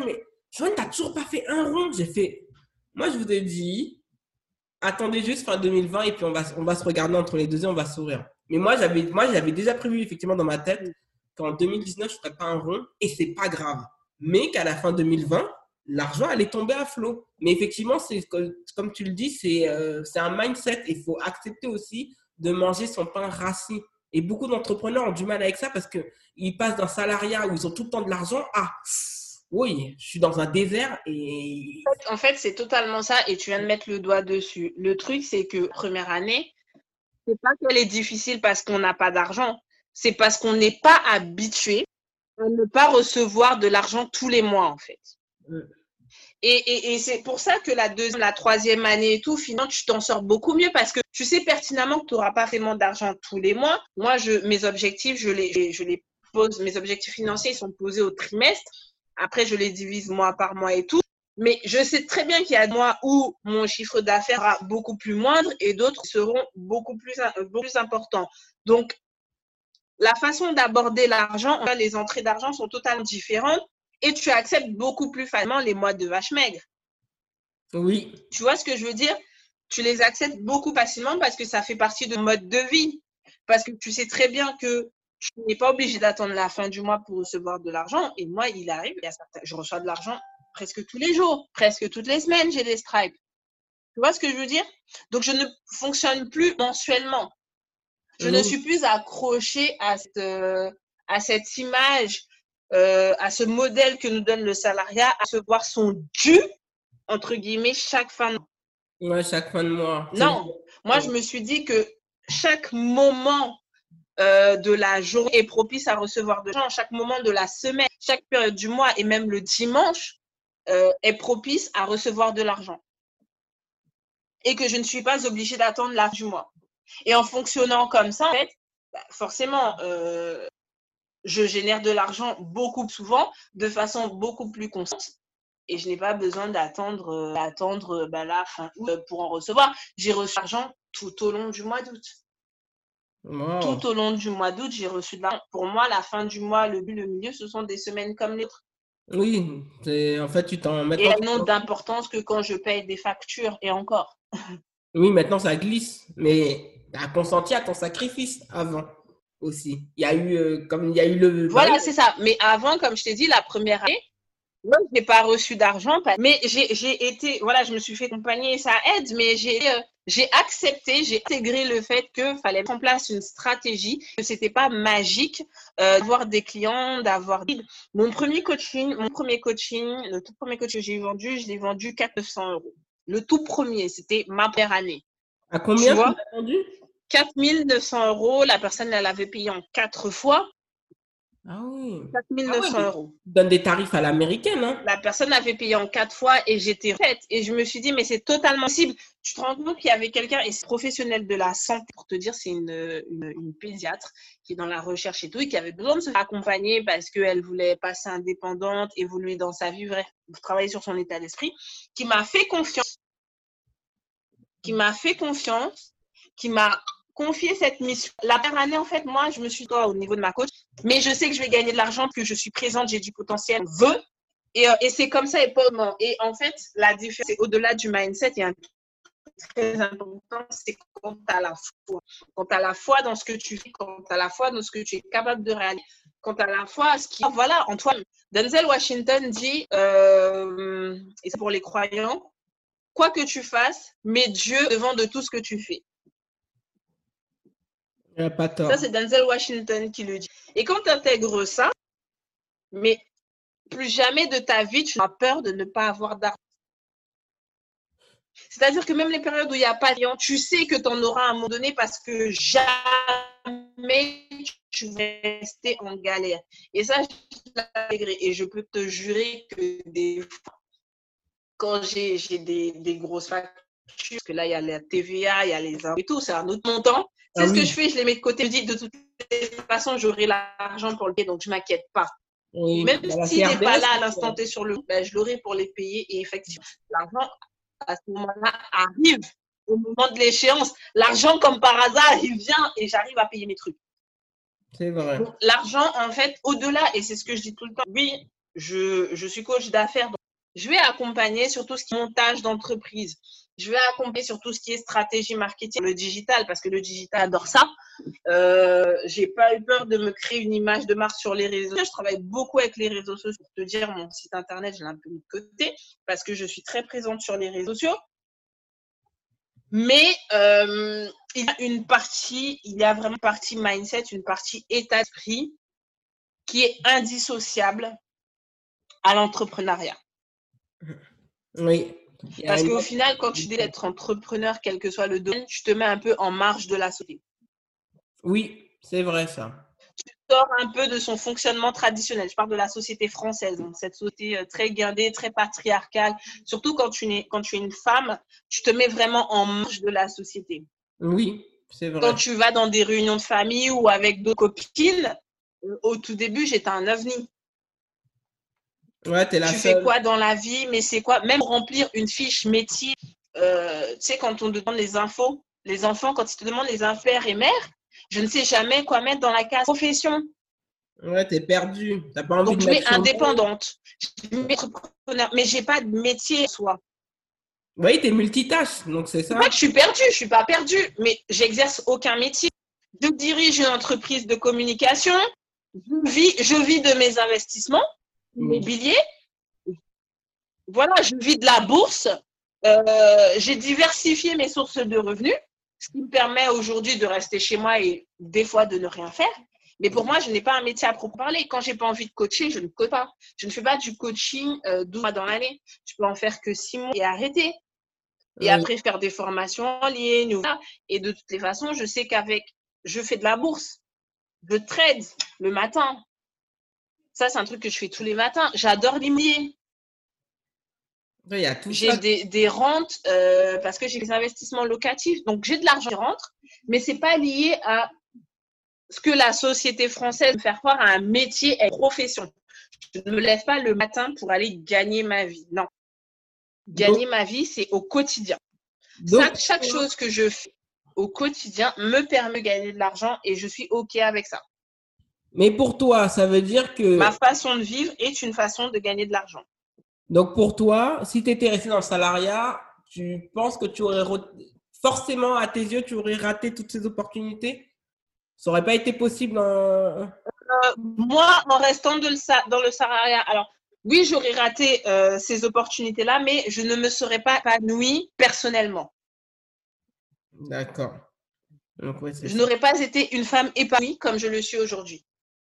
Joanne, t'as toujours pas fait un rond. J'ai fait, moi, je vous ai dit, attendez juste fin deux mille vingt et puis on va, on va se regarder entre les deux et on va sourire. Mais moi, j'avais, moi, j'avais déjà prévu effectivement dans ma tête qu'en deux mille dix-neuf, je ne ferais pas un rond et c'est pas grave. Mais qu'à la fin deux mille vingt, l'argent allait tomber à flot. Mais effectivement, c'est comme tu le dis, c'est euh, c'est un mindset. Il faut accepter aussi de manger son pain rassis. Et beaucoup d'entrepreneurs ont du mal avec ça parce qu'ils passent d'un salariat où ils ont tout le temps de l'argent à oui, je suis dans un désert et. En fait, c'est totalement ça et tu viens de mettre le doigt dessus. Le truc, c'est que première année, c'est pas qu'elle est difficile parce qu'on n'a pas d'argent, c'est parce qu'on n'est pas habitué à ne pas recevoir de l'argent tous les mois, en fait. Mm. Et, et, et c'est pour ça que la deuxième, la troisième année et tout, finalement, tu t'en sors beaucoup mieux parce que tu sais pertinemment que tu n'auras pas vraiment d'argent tous les mois. Moi, je, mes objectifs, je les, je les pose, mes objectifs financiers, ils sont posés au trimestre. Après, je les divise mois par mois et tout. Mais je sais très bien qu'il y a des mois où mon chiffre d'affaires sera beaucoup plus moindre et d'autres seront beaucoup plus, beaucoup plus importants. Donc, la façon d'aborder l'argent, les entrées d'argent sont totalement différentes et tu acceptes beaucoup plus facilement les mois de vache maigre. Oui. Tu vois ce que je veux dire? Tu les acceptes beaucoup facilement parce que ça fait partie de mode de vie. Parce que tu sais très bien que tu n'es pas obligé d'attendre la fin du mois pour recevoir de l'argent. Et moi, il arrive, il y a certains, je reçois de l'argent presque tous les jours, presque toutes les semaines, j'ai des stripes. Tu vois ce que je veux dire? Donc, je ne fonctionne plus mensuellement. Je mmh. ne suis plus accrochée à cette, euh, à cette image, euh, à ce modèle que nous donne le salariat, à recevoir son dû, entre guillemets, chaque fin de mois. Ouais, chaque fin de mois. Non, moi, ouais. je me suis dit que chaque moment euh, de la journée est propice à recevoir de l'argent, chaque moment de la semaine, chaque période du mois et même le dimanche euh, est propice à recevoir de l'argent. Et que je ne suis pas obligée d'attendre la fin du mois. Et en fonctionnant comme ça, en fait, bah, forcément, euh, je génère de l'argent beaucoup plus souvent, de façon beaucoup plus constante. Et je n'ai pas besoin d'attendre euh, d'attendre bah, la fin août pour en recevoir. J'ai reçu de l'argent tout au long du mois d'août. Wow. Tout au long du mois d'août, j'ai reçu de l'argent. Pour moi, la fin du mois, le but, le milieu, ce sont des semaines comme les autres. Oui, en fait, tu t'en mets. Et elles n'ont d'importance que quand je paye des factures, et encore. Oui, maintenant, ça glisse. Mais tu as consenti à ton sacrifice avant aussi. Il y a eu, euh, comme il y a eu le... Voilà, c'est ça. Mais avant, comme je t'ai dit, la première année, moi, je n'ai pas reçu d'argent, mais j'ai été, voilà, je me suis fait accompagner, ça aide, mais j'ai euh, j'ai accepté, j'ai intégré le fait qu'il fallait mettre en place une stratégie, que c'était pas magique euh, d'avoir des clients, d'avoir mon premier coaching, mon premier coaching, le tout premier coaching que j'ai vendu, je l'ai vendu quatre mille neuf cents euros. Le tout premier, c'était ma première année. À combien tu l'as vendu? quatre mille neuf cents euros, la personne, elle avait payé en quatre fois. Ah oui. quatre mille neuf cents ah ouais, euros. Tu donnes des tarifs à l'américaine, hein? La personne avait payé en quatre fois et j'étais faite. Et je me suis dit, mais c'est totalement possible. Tu te rends compte qu'il y avait quelqu'un, et c'est professionnel de la santé, pour te dire, c'est une, une, une pédiatre qui est dans la recherche et tout, et qui avait besoin de se faire accompagner parce qu'elle voulait passer indépendante, évoluer dans sa vie, bref, travailler sur son état d'esprit, qui m'a fait confiance, qui m'a fait confiance, qui m'a confié cette mission. La première année, en fait, moi, je me suis dit, au niveau de ma coach, mais je sais que je vais gagner de l'argent, que je suis présente, j'ai du potentiel, je veux. Et, euh, et c'est comme ça et pas autrement. Et en fait, la différence, c'est au-delà du mindset, il y a un truc très important, c'est quand tu as la foi. Quand tu as la foi dans ce que tu fais, quand tu as la foi dans ce que tu es capable de réaliser, quand tu as la foi à ce qui... Voilà, Antoine, Denzel Washington dit, euh, et c'est pour les croyants, quoi que tu fasses, mets Dieu devant de tout ce que tu fais. Il n'y a pas tort. Ça, c'est Denzel Washington qui le dit. Et quand tu intègres ça, mais plus jamais de ta vie, tu n'as peur de ne pas avoir d'argent. C'est-à-dire que même les périodes où il n'y a pas de clients, tu sais que tu en auras à un moment donné parce que jamais tu vas rester en galère. Et ça, je l'ai intégré. Et je peux te jurer que des fois, quand j'ai des, des grosses factures, parce que là, il y a la T V A, il y a les impôts et tout, c'est un autre montant. C'est ah ce oui. que je fais, je les mets de côté. Je dis, de toute façon, j'aurai l'argent pour le payer, donc je ne m'inquiète pas. Oui, même s'il n'est pas là à l'instant T sur le ben, je l'aurai pour les payer. Et effectivement, l'argent, à ce moment-là, arrive au moment de l'échéance. L'argent, comme par hasard, il vient et j'arrive à payer mes trucs. C'est vrai. L'argent, en fait, au-delà, et c'est ce que je dis tout le temps, oui, je, je suis coach d'affaires, donc Je vais accompagner sur tout ce qui est montage d'entreprise. Je vais accompagner sur tout ce qui est stratégie marketing, le digital, parce que le digital adore ça. Euh, j'ai pas eu peur de me créer une image de marque sur les réseaux. Je travaille beaucoup avec les réseaux sociaux. Pour te dire, mon site internet, je l'ai un peu mis de côté parce que je suis très présente sur les réseaux sociaux. Mais euh, il y a une partie, il y a vraiment une partie mindset, une partie état d'esprit qui est indissociable à l'entrepreneuriat. Oui. Parce qu'au final, quand tu dis d'être entrepreneur, quel que soit le domaine, tu te mets un peu en marge de la société. Oui, c'est vrai ça. Tu sors un peu de son fonctionnement traditionnel. Je parle de la société française, hein, cette société très guindée, très patriarcale. Surtout quand tu, es, quand tu es une femme, tu te mets vraiment en marge de la société. Oui, c'est vrai. Quand tu vas dans des réunions de famille ou avec d'autres copines, au tout début, j'étais un ovni. Ouais, t'es la tu seule. fais quoi dans la vie, mais c'est quoi? Même remplir une fiche métier, euh, tu sais, quand on te demande les infos, les enfants, quand ils te demandent les infos père et mère, je ne sais jamais quoi mettre dans la case profession. Ouais, t'es perdue. T'as pas envie Donc, de je mets mettre indépendante. Je mets entrepreneur, mais j'ai pas de métier soi. Oui, t'es multitâche, donc c'est ça. C'est pas que je suis perdue, je suis pas perdue, mais j'exerce aucun métier. Je dirige une entreprise de communication. Je vis, je vis de mes investissements immobiliers. Voilà, je vis de la bourse. Euh, j'ai diversifié mes sources de revenus, ce qui me permet aujourd'hui de rester chez moi et des fois de ne rien faire. Mais pour moi, je n'ai pas un métier à proprement parler. Quand j'ai pas envie de coacher, je ne coach pas. Je ne fais pas du coaching euh, douze mois dans l'année. Je peux en faire que six mois et arrêter. Et oui. Après, faire des formations en ligne. Et de toutes les façons, je sais qu'avec, je fais de la bourse, je trade le matin. Ça, c'est un truc que je fais tous les matins. J'adore l'immobilier. J'ai des, des rentes euh, parce que j'ai des investissements locatifs. Donc, j'ai de l'argent qui rentre, mais ce n'est pas lié à ce que la société française veut faire croire à un métier et une profession. Je ne me lève pas le matin pour aller gagner ma vie. Non. Gagner donc, ma vie, c'est au quotidien. Donc, chaque, chaque chose que je fais au quotidien me permet de gagner de l'argent et je suis OK avec ça. Mais pour toi, ça veut dire que… Ma façon de vivre est une façon de gagner de l'argent. Donc, pour toi, si tu étais resté dans le salariat, tu penses que tu aurais… Forcément, à tes yeux, tu aurais raté toutes ces opportunités? Ça n'aurait pas été possible en… euh, Moi, en restant de le, dans le salariat, alors… Oui, j'aurais raté euh, ces opportunités-là, mais je ne me serais pas épanouie personnellement. D'accord. Ouais, je n'aurais pas été une femme épanouie comme je le suis aujourd'hui.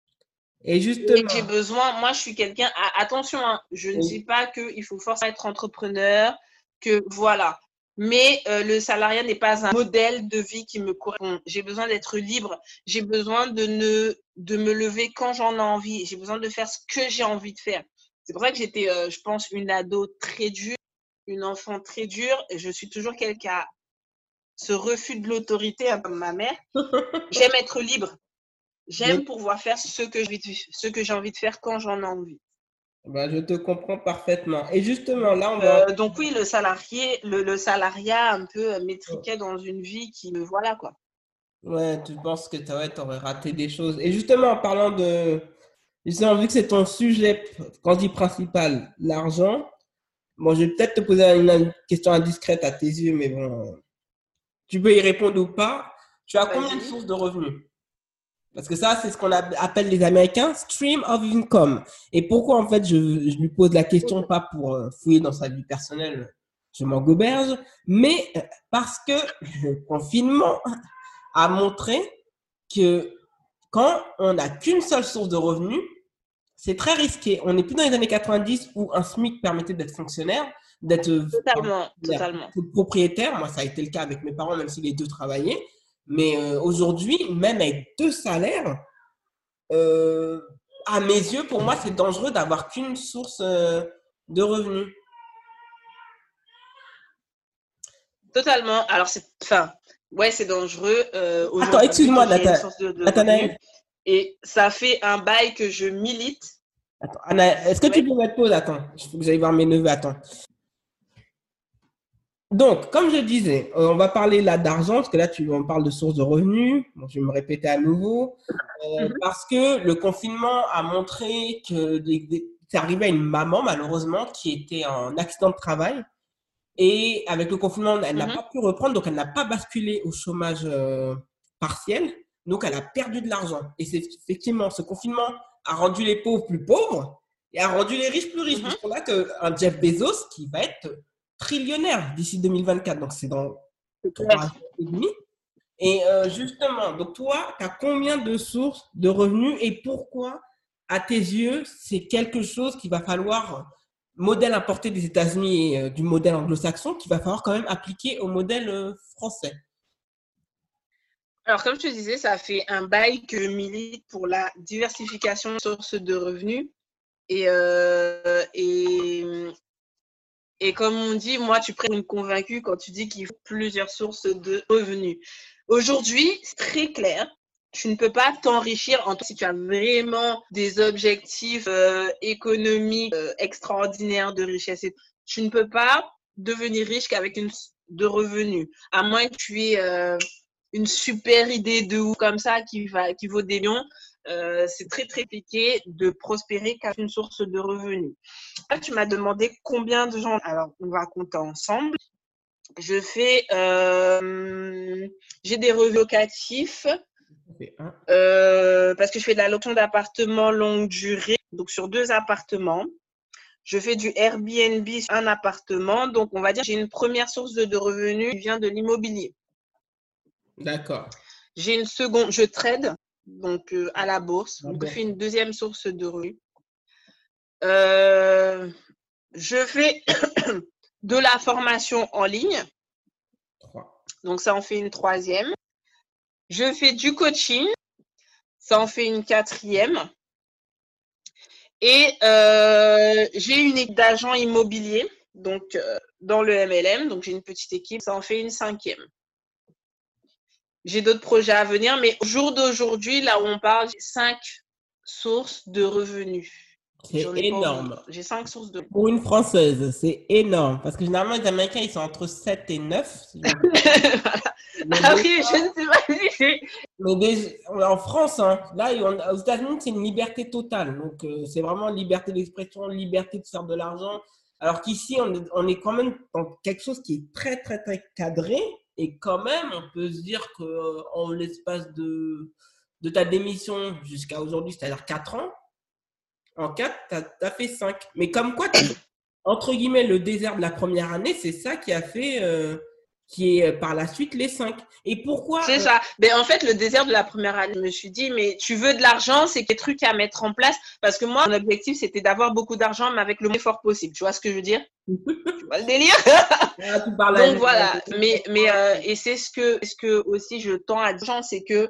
Et justement… J'ai besoin, moi, je suis quelqu'un… Attention, hein, je ne oui. dis pas qu'il faut forcément être entrepreneur, que voilà. Mais euh, le salariat n'est pas un modèle de vie qui me correspond. J'ai besoin d'être libre. J'ai besoin de, ne, de me lever quand j'en ai envie. J'ai besoin de faire ce que j'ai envie de faire. C'est pour ça que j'étais, euh, je pense, une ado très dure, une enfant très dure. Et je suis toujours quelqu'un qui a ce refus de l'autorité, hein, comme ma mère. J'aime être libre. J'aime je... pouvoir faire ce que, ce que j'ai envie de faire quand j'en ai envie. Ben, je te comprends parfaitement. Et justement, là, on va… Euh, donc oui, le salarié, le, le salariat un peu métriquait dans une vie qui me… Voilà, quoi. Ouais, tu penses que tu ouais, aurais raté des choses. Et justement, en parlant de… J'ai envie que c'est ton sujet, quand je dis principal, l'argent. Bon, je vais peut-être te poser une question indiscrète à tes yeux, mais bon, tu peux y répondre ou pas. Tu as combien de sources de revenus? Parce que ça, c'est ce qu'on appelle les Américains stream of income. Et pourquoi, en fait, je, je lui pose la question, pas pour fouiller dans sa vie personnelle, je m'en goberge, mais parce que le confinement a montré que quand on n'a qu'une seule source de revenus, c'est très risqué. On n'est plus dans les années quatre-vingt-dix où un SMIC permettait d'être fonctionnaire, d'être totalement, totalement. propriétaire. Moi, ça a été le cas avec mes parents, même si les deux travaillaient. Mais euh, aujourd'hui, même avec deux salaires, euh, à mes yeux, pour moi, c'est dangereux d'avoir qu'une source euh, de revenus. Totalement. Alors, c'est, enfin, ouais, c'est dangereux. Euh, Attends, excuse-moi, Nathanaël. Et ça fait un bail que je milite. Attends, Anna, est-ce que ouais. tu peux mettre pause? Attends, il faut que j'aille voir mes neveux. Attends. Donc, comme je disais, on va parler là d'argent, parce que là, tu on parle de sources de revenus. Bon, je vais me répéter à nouveau. Euh, mm-hmm. Parce que le confinement a montré que des, des, c'est arrivé à une maman, malheureusement, qui était en accident de travail. Et avec le confinement, elle n'a Mhm. pas pu reprendre, donc elle n'a pas basculé au chômage euh, partiel. Donc, elle a perdu de l'argent. Et c'est effectivement, ce confinement a rendu les pauvres plus pauvres et a rendu les riches plus riches, Mhm. puisqu'on a qu'un Jeff Bezos qui va être trillionnaire d'ici deux mille vingt-quatre. Donc, c'est dans C'est trois clair. ans et demi. Et euh, justement, donc toi, tu as combien de sources de revenus et pourquoi, à tes yeux, c'est quelque chose qu'il va falloir, modèle importé des États-Unis et euh, du modèle anglo-saxon, qu'il va falloir quand même appliquer au modèle euh, français? Alors, comme je te disais, ça fait un bail que je milite pour la diversification de sources de revenus. Et, euh, et, et comme on dit, moi, tu prends une convaincue quand tu dis qu'il faut plusieurs sources de revenus. Aujourd'hui, c'est très clair. Tu ne peux pas t'enrichir en tout si tu as vraiment des objectifs euh, économiques euh, extraordinaires de richesse. Tu ne peux pas devenir riche qu'avec une de revenus, à moins que tu aies euh, une super idée de ouf comme ça qui va qui vaut des millions. Euh, c'est très très compliqué de prospérer qu'avec une source de revenus. Là, tu m'as demandé combien de gens. Alors, on va compter ensemble. Je fais, euh, j'ai des revenus locatifs euh, parce que je fais de la location d'appartements longue durée, donc sur deux appartements. Je fais du Airbnb sur un appartement, donc on va dire que j'ai une première source de, de revenus qui vient de l'immobilier. D'accord. J'ai une seconde, je trade donc euh, à la bourse, La donc je bourse. fais une deuxième source de revenus. Euh, je fais de la formation en ligne. Trois. Donc, ça en fait une troisième. Je fais du coaching. Ça en fait une quatrième. Et euh, j'ai une équipe d'agents immobiliers, donc euh, dans le M L M. Donc, j'ai une petite équipe. Ça en fait une cinquième. J'ai d'autres projets à venir, mais au jour d'aujourd'hui, là où on parle, j'ai cinq sources de revenus. C'est J'en ai pas oublié. énorme. J'ai cinq sources de Pour une Française, c'est énorme. Parce que généralement, les Américains, ils sont entre sept et neuf. Si je voilà. mais Ah déjà, oui, je ne sais pas si c'est. mais déjà, en France, hein, là, on- aux États-Unis, c'est une liberté totale. Donc, euh, c'est vraiment liberté d'expression, liberté de faire de l'argent. Alors qu'ici, on est, on est quand même dans quelque chose qui est très, très, très cadré. Et quand même, on peut se dire qu'en l'espace de, de ta démission jusqu'à aujourd'hui, c'est-à-dire quatre ans, en quatre, tu as fait cinq. Mais comme quoi, tu, entre guillemets, le désert de la première année, c'est ça qui a fait, euh, qui est euh, par la suite les cinq. Et pourquoi C'est euh, ça. Mais en fait, le désert de la première année, je me suis dit, mais tu veux de l'argent, c'est des trucs à mettre en place. Parce que moi, mon objectif, c'était d'avoir beaucoup d'argent, mais avec le moins fort possible. Tu vois ce que je veux dire? Tu vois le délire? ah, tu parles à Donc l'aise, voilà. Mais, mais euh, et c'est ce que, ce que aussi je tends à dire, c'est que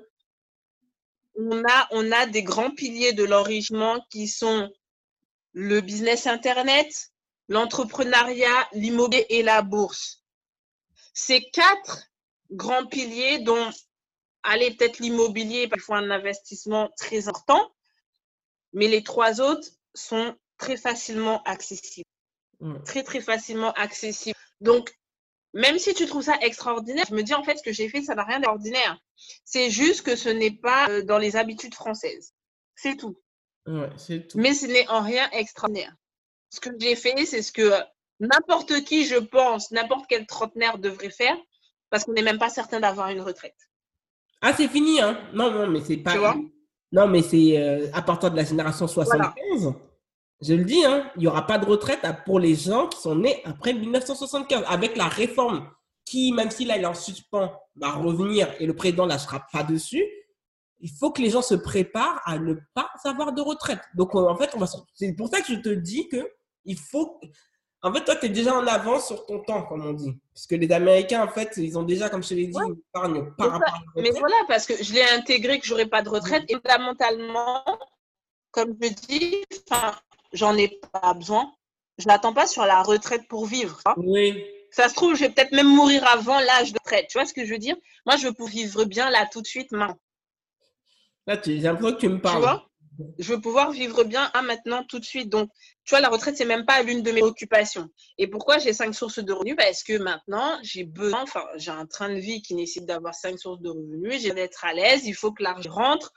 on a, on a des grands piliers de l'enrichissement qui sont le business internet, l'entrepreneuriat, l'immobilier et la bourse. Ces quatre grands piliers dont allez, peut-être l'immobilier, il faut un investissement très important, mais les trois autres sont très facilement accessibles. Mm. Très, très facilement accessibles. Donc, même si tu trouves ça extraordinaire, je me dis en fait, ce que j'ai fait, ça n'a rien d'ordinaire. C'est juste que ce n'est pas dans les habitudes françaises. C'est tout. Ouais, c'est tout. Mais ce n'est en rien extraordinaire. Ce que j'ai fait, c'est ce que n'importe qui, je pense, n'importe quel trentenaire devrait faire, parce qu'on n'est même pas certain d'avoir une retraite. Ah, c'est fini, hein? Non, non, mais c'est Tu pas. vois? Non, mais c'est euh, à partir de la génération Voilà. soixante-quinze. Je le dis, hein, il n'y aura pas de retraite pour les gens qui sont nés après mille neuf cent soixante-quinze. Avec la réforme qui, même si là, il est en suspens, va revenir et le président ne lâchera pas dessus, il faut que les gens se préparent à ne pas avoir de retraite. Donc, en fait, on va... c'est pour ça que je te dis que il faut. En fait, toi, tu es déjà en avance sur ton temps, comme on dit. Parce que les Américains, en fait, ils ont déjà, comme je te l'ai dit, Ouais. une épargne Mais, par ça, rapport à la mais retraite. voilà, parce que je l'ai intégré que j'aurais pas de retraite et fondamentalement, comme je dis, j'en ai pas besoin. Je n'attends pas sur la retraite pour vivre. Hein. Oui. Ça se trouve, je vais peut-être même mourir avant l'âge de retraite. Tu vois ce que je veux dire? Moi, je veux pouvoir vivre bien là tout de suite, maintenant. Là, tu- j'ai l'impression que tu me Tu parles. vois? Je veux pouvoir vivre bien hein, maintenant tout de suite. Donc, tu vois, la retraite, c'est même pas l'une de mes occupations. Et pourquoi j'ai cinq sources de revenus? Parce que maintenant, j'ai besoin, enfin, j'ai un train de vie qui nécessite d'avoir cinq sources de revenus. J'ai d'être à l'aise. Il faut que l'argent rentre.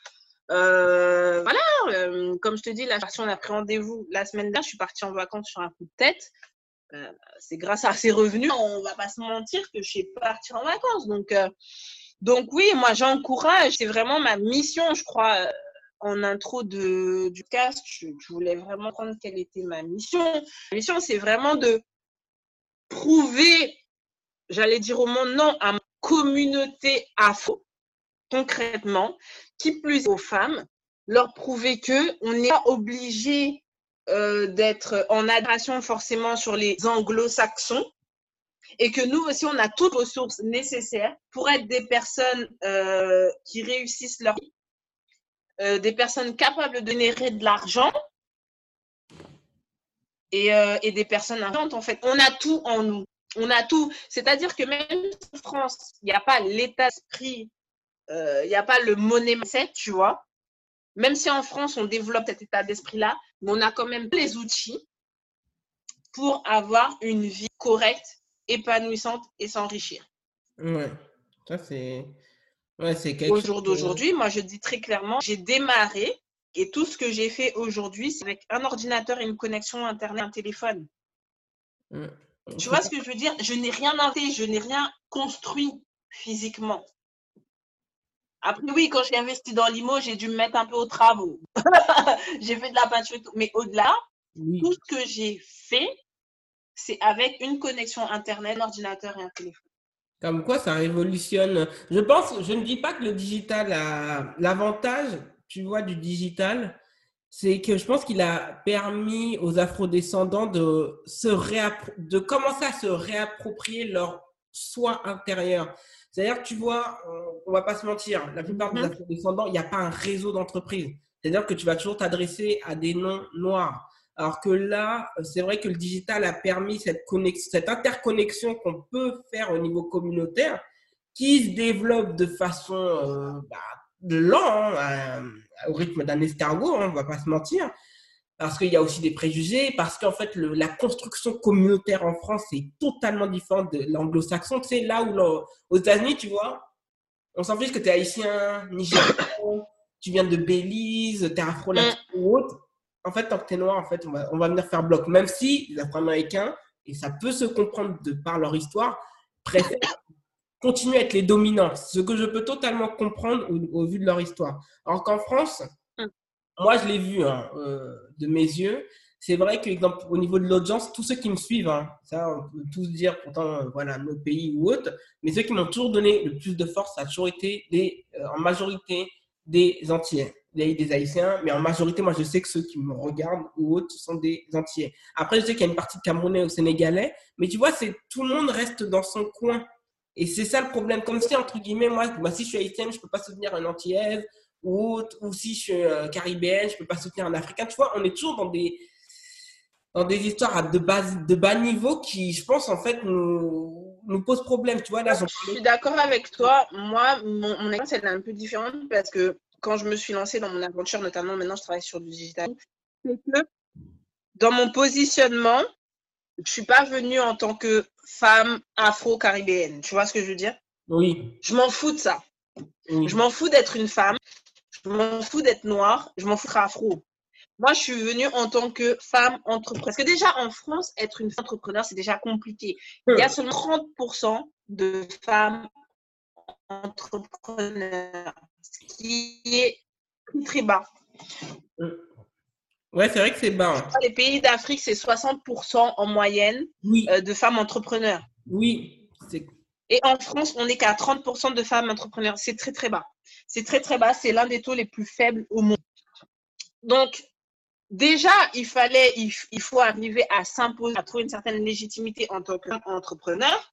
Euh, voilà, euh, comme je te dis, la partie, on a pris rendez-vous la semaine dernière. Je suis partie en vacances sur un coup de tête. Euh, c'est grâce à ces revenus, on va pas se mentir, que je suis partie en vacances. Donc, euh, donc oui, moi j'encourage. C'est vraiment ma mission, je crois. Euh, en intro de, du cast, je, je voulais vraiment prendre quelle était ma mission. Ma mission, c'est vraiment de prouver, j'allais dire au monde, non, à ma communauté afro, concrètement, qui plus aux femmes, leur prouver que on n'est pas obligé euh, d'être en admiration forcément sur les anglo-saxons et que nous aussi, on a toutes les ressources nécessaires pour être des personnes euh, qui réussissent leur vie, euh, des personnes capables de générer de l'argent et, euh, et des personnes intelligentes, en fait. On a tout en nous. On a tout. C'est-à-dire que même en France, il n'y a pas l'état d'esprit, il euh, n'y a pas le money mindset, tu vois. Même si en France, on développe cet état d'esprit-là, mais on a quand même les outils pour avoir une vie correcte, épanouissante et s'enrichir. Ouais, ça c'est ouais, c'est quelque Au chose jour d'aujourd'hui, moi je dis très clairement, j'ai démarré et tout ce que j'ai fait aujourd'hui, c'est avec un ordinateur et une connexion Internet, un téléphone. de... Tu c'est vois pas... ce que je veux dire? Je n'ai rien inventé, je n'ai rien construit physiquement. Après, oui, quand j'ai investi dans l'I M O, j'ai dû me mettre un peu aux travaux. J'ai fait de la peinture et tout. Mais au-delà, Oui. tout ce que j'ai fait, c'est avec une connexion Internet, un ordinateur et un téléphone. Comme quoi, ça révolutionne. Je pense, je ne dis pas que le digital a l'avantage, tu vois, du digital, c'est que je pense qu'il a permis aux afrodescendants de se réappro- de commencer à se réapproprier leur soi intérieur. C'est-à-dire que tu vois, on, on va pas se mentir, la plupart des Mhm. afrodescendants, il n'y a pas un réseau d'entreprises. C'est-à-dire que tu vas toujours t'adresser à des noms noirs. Alors que là, c'est vrai que le digital a permis cette, connexion, cette interconnexion qu'on peut faire au niveau communautaire qui se développe de façon euh, bah, lent, hein, au rythme d'un escargot, hein, on va pas se mentir, parce qu'il y a aussi des préjugés, parce qu'en fait, le, la construction communautaire en France est totalement différente de l'anglo-saxon. Tu sais, là où, aux États-Unis, tu vois, on s'en fiche que tu es haïtien, nigérian, tu viens de Belize, tu es afro-latino Mm. ou autre. En fait, tant que tu es noir, en fait, on va, on va venir faire bloc. Même si les Afro-Américains, et ça peut se comprendre de par leur histoire, préfèrent continuer à être les dominants. Ce que je peux totalement comprendre au, au vu de leur histoire. Alors qu'en France, Mm. moi, je l'ai vu hein, euh, de mes yeux. C'est vrai que, exemple, au niveau de l'audience, tous ceux qui me suivent, hein, ça, on peut tous dire pourtant, euh, voilà, nos pays ou autres, mais ceux qui m'ont toujours donné le plus de force, ça a toujours été des, euh, en majorité des Antillais. Il y a eu des Haïtiens, mais en majorité, moi, je sais que ceux qui me regardent ou autres sont des Antillais. Après, je sais qu'il y a une partie de Camerounais ou Sénégalais, mais tu vois, c'est tout le monde reste dans son coin. Et c'est ça le problème. Comme si, entre guillemets, moi, moi si je suis haïtienne, je ne peux pas soutenir un Antillaise, ou, ou si je suis euh, caribéenne, je ne peux pas soutenir un Africain. Tu vois, on est toujours dans des, dans des histoires de, base, de bas niveau qui, je pense, en fait, nous, nous posent problème. Tu vois, là, j'en Je parlais. suis d'accord avec toi. Moi, mon, mon expérience, elle est un peu différente parce que quand je me suis lancée dans mon aventure, notamment maintenant, je travaille sur du digital, c'est que dans mon positionnement, je ne suis pas venue en tant que femme afro-caribéenne. Tu vois ce que je veux dire? Oui, Je m'en fous de ça. oui. Je m'en fous d'être une femme. Je m'en fous d'être noire. Je m'en fous d'être afro. Moi, je suis venue en tant que femme entrepreneur. Parce que déjà, en France, être une femme entrepreneur, c'est déjà compliqué. Il y a seulement trente pour cent de femmes entrepreneurs, ce qui est très bas. Ouais, c'est vrai que c'est bas. Hein. Les pays d'Afrique, c'est soixante pour cent en moyenne Oui, euh, de femmes entrepreneurs. oui. C'est... Et en France, on n'est qu'à trente pour cent de femmes entrepreneurs. C'est très, très bas. C'est très, très bas. C'est l'un des taux les plus faibles au monde. Donc, déjà, il fallait, il, il faut arriver à s'imposer, à trouver une certaine légitimité en tant qu'entrepreneur.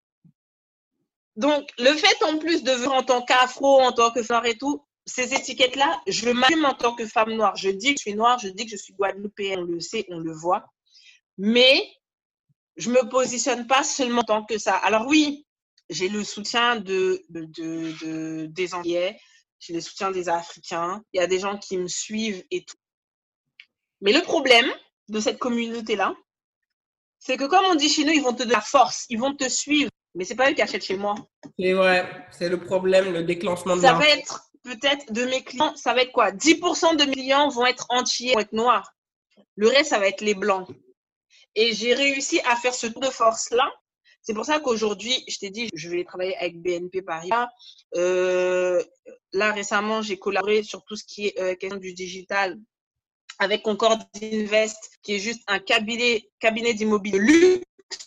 Donc, le fait en plus de venir en tant qu'afro, en tant que femme et tout, ces étiquettes-là, je m'assume en tant que femme noire. Je dis que je suis noire, je dis que je suis guadeloupéenne, on le sait, on le voit. Mais je ne me positionne pas seulement en tant que ça. Alors oui, j'ai le soutien de, de, de, de des Antillais, j'ai le soutien des Africains, il y a des gens qui me suivent et tout. Mais le problème de cette communauté-là, c'est que comme on dit chez nous, ils vont te donner la force, ils vont te suivre. Mais ce n'est pas eux qui achètent chez moi. c'est vrai, c'est le problème, le déclenchement de Ça l'argent. va être peut-être de mes clients, ça va être quoi? dix pour cent de mes clients vont être entiers, vont être noirs. Le reste, ça va être les blancs. Et j'ai réussi à faire ce tour de force-là. C'est pour ça qu'aujourd'hui, je t'ai dit, je vais travailler avec B N P Paribas. Euh, là, récemment, j'ai collaboré sur tout ce qui est euh, question du digital avec Concorde Invest, qui est juste un cabinet, cabinet d'immobilier luxe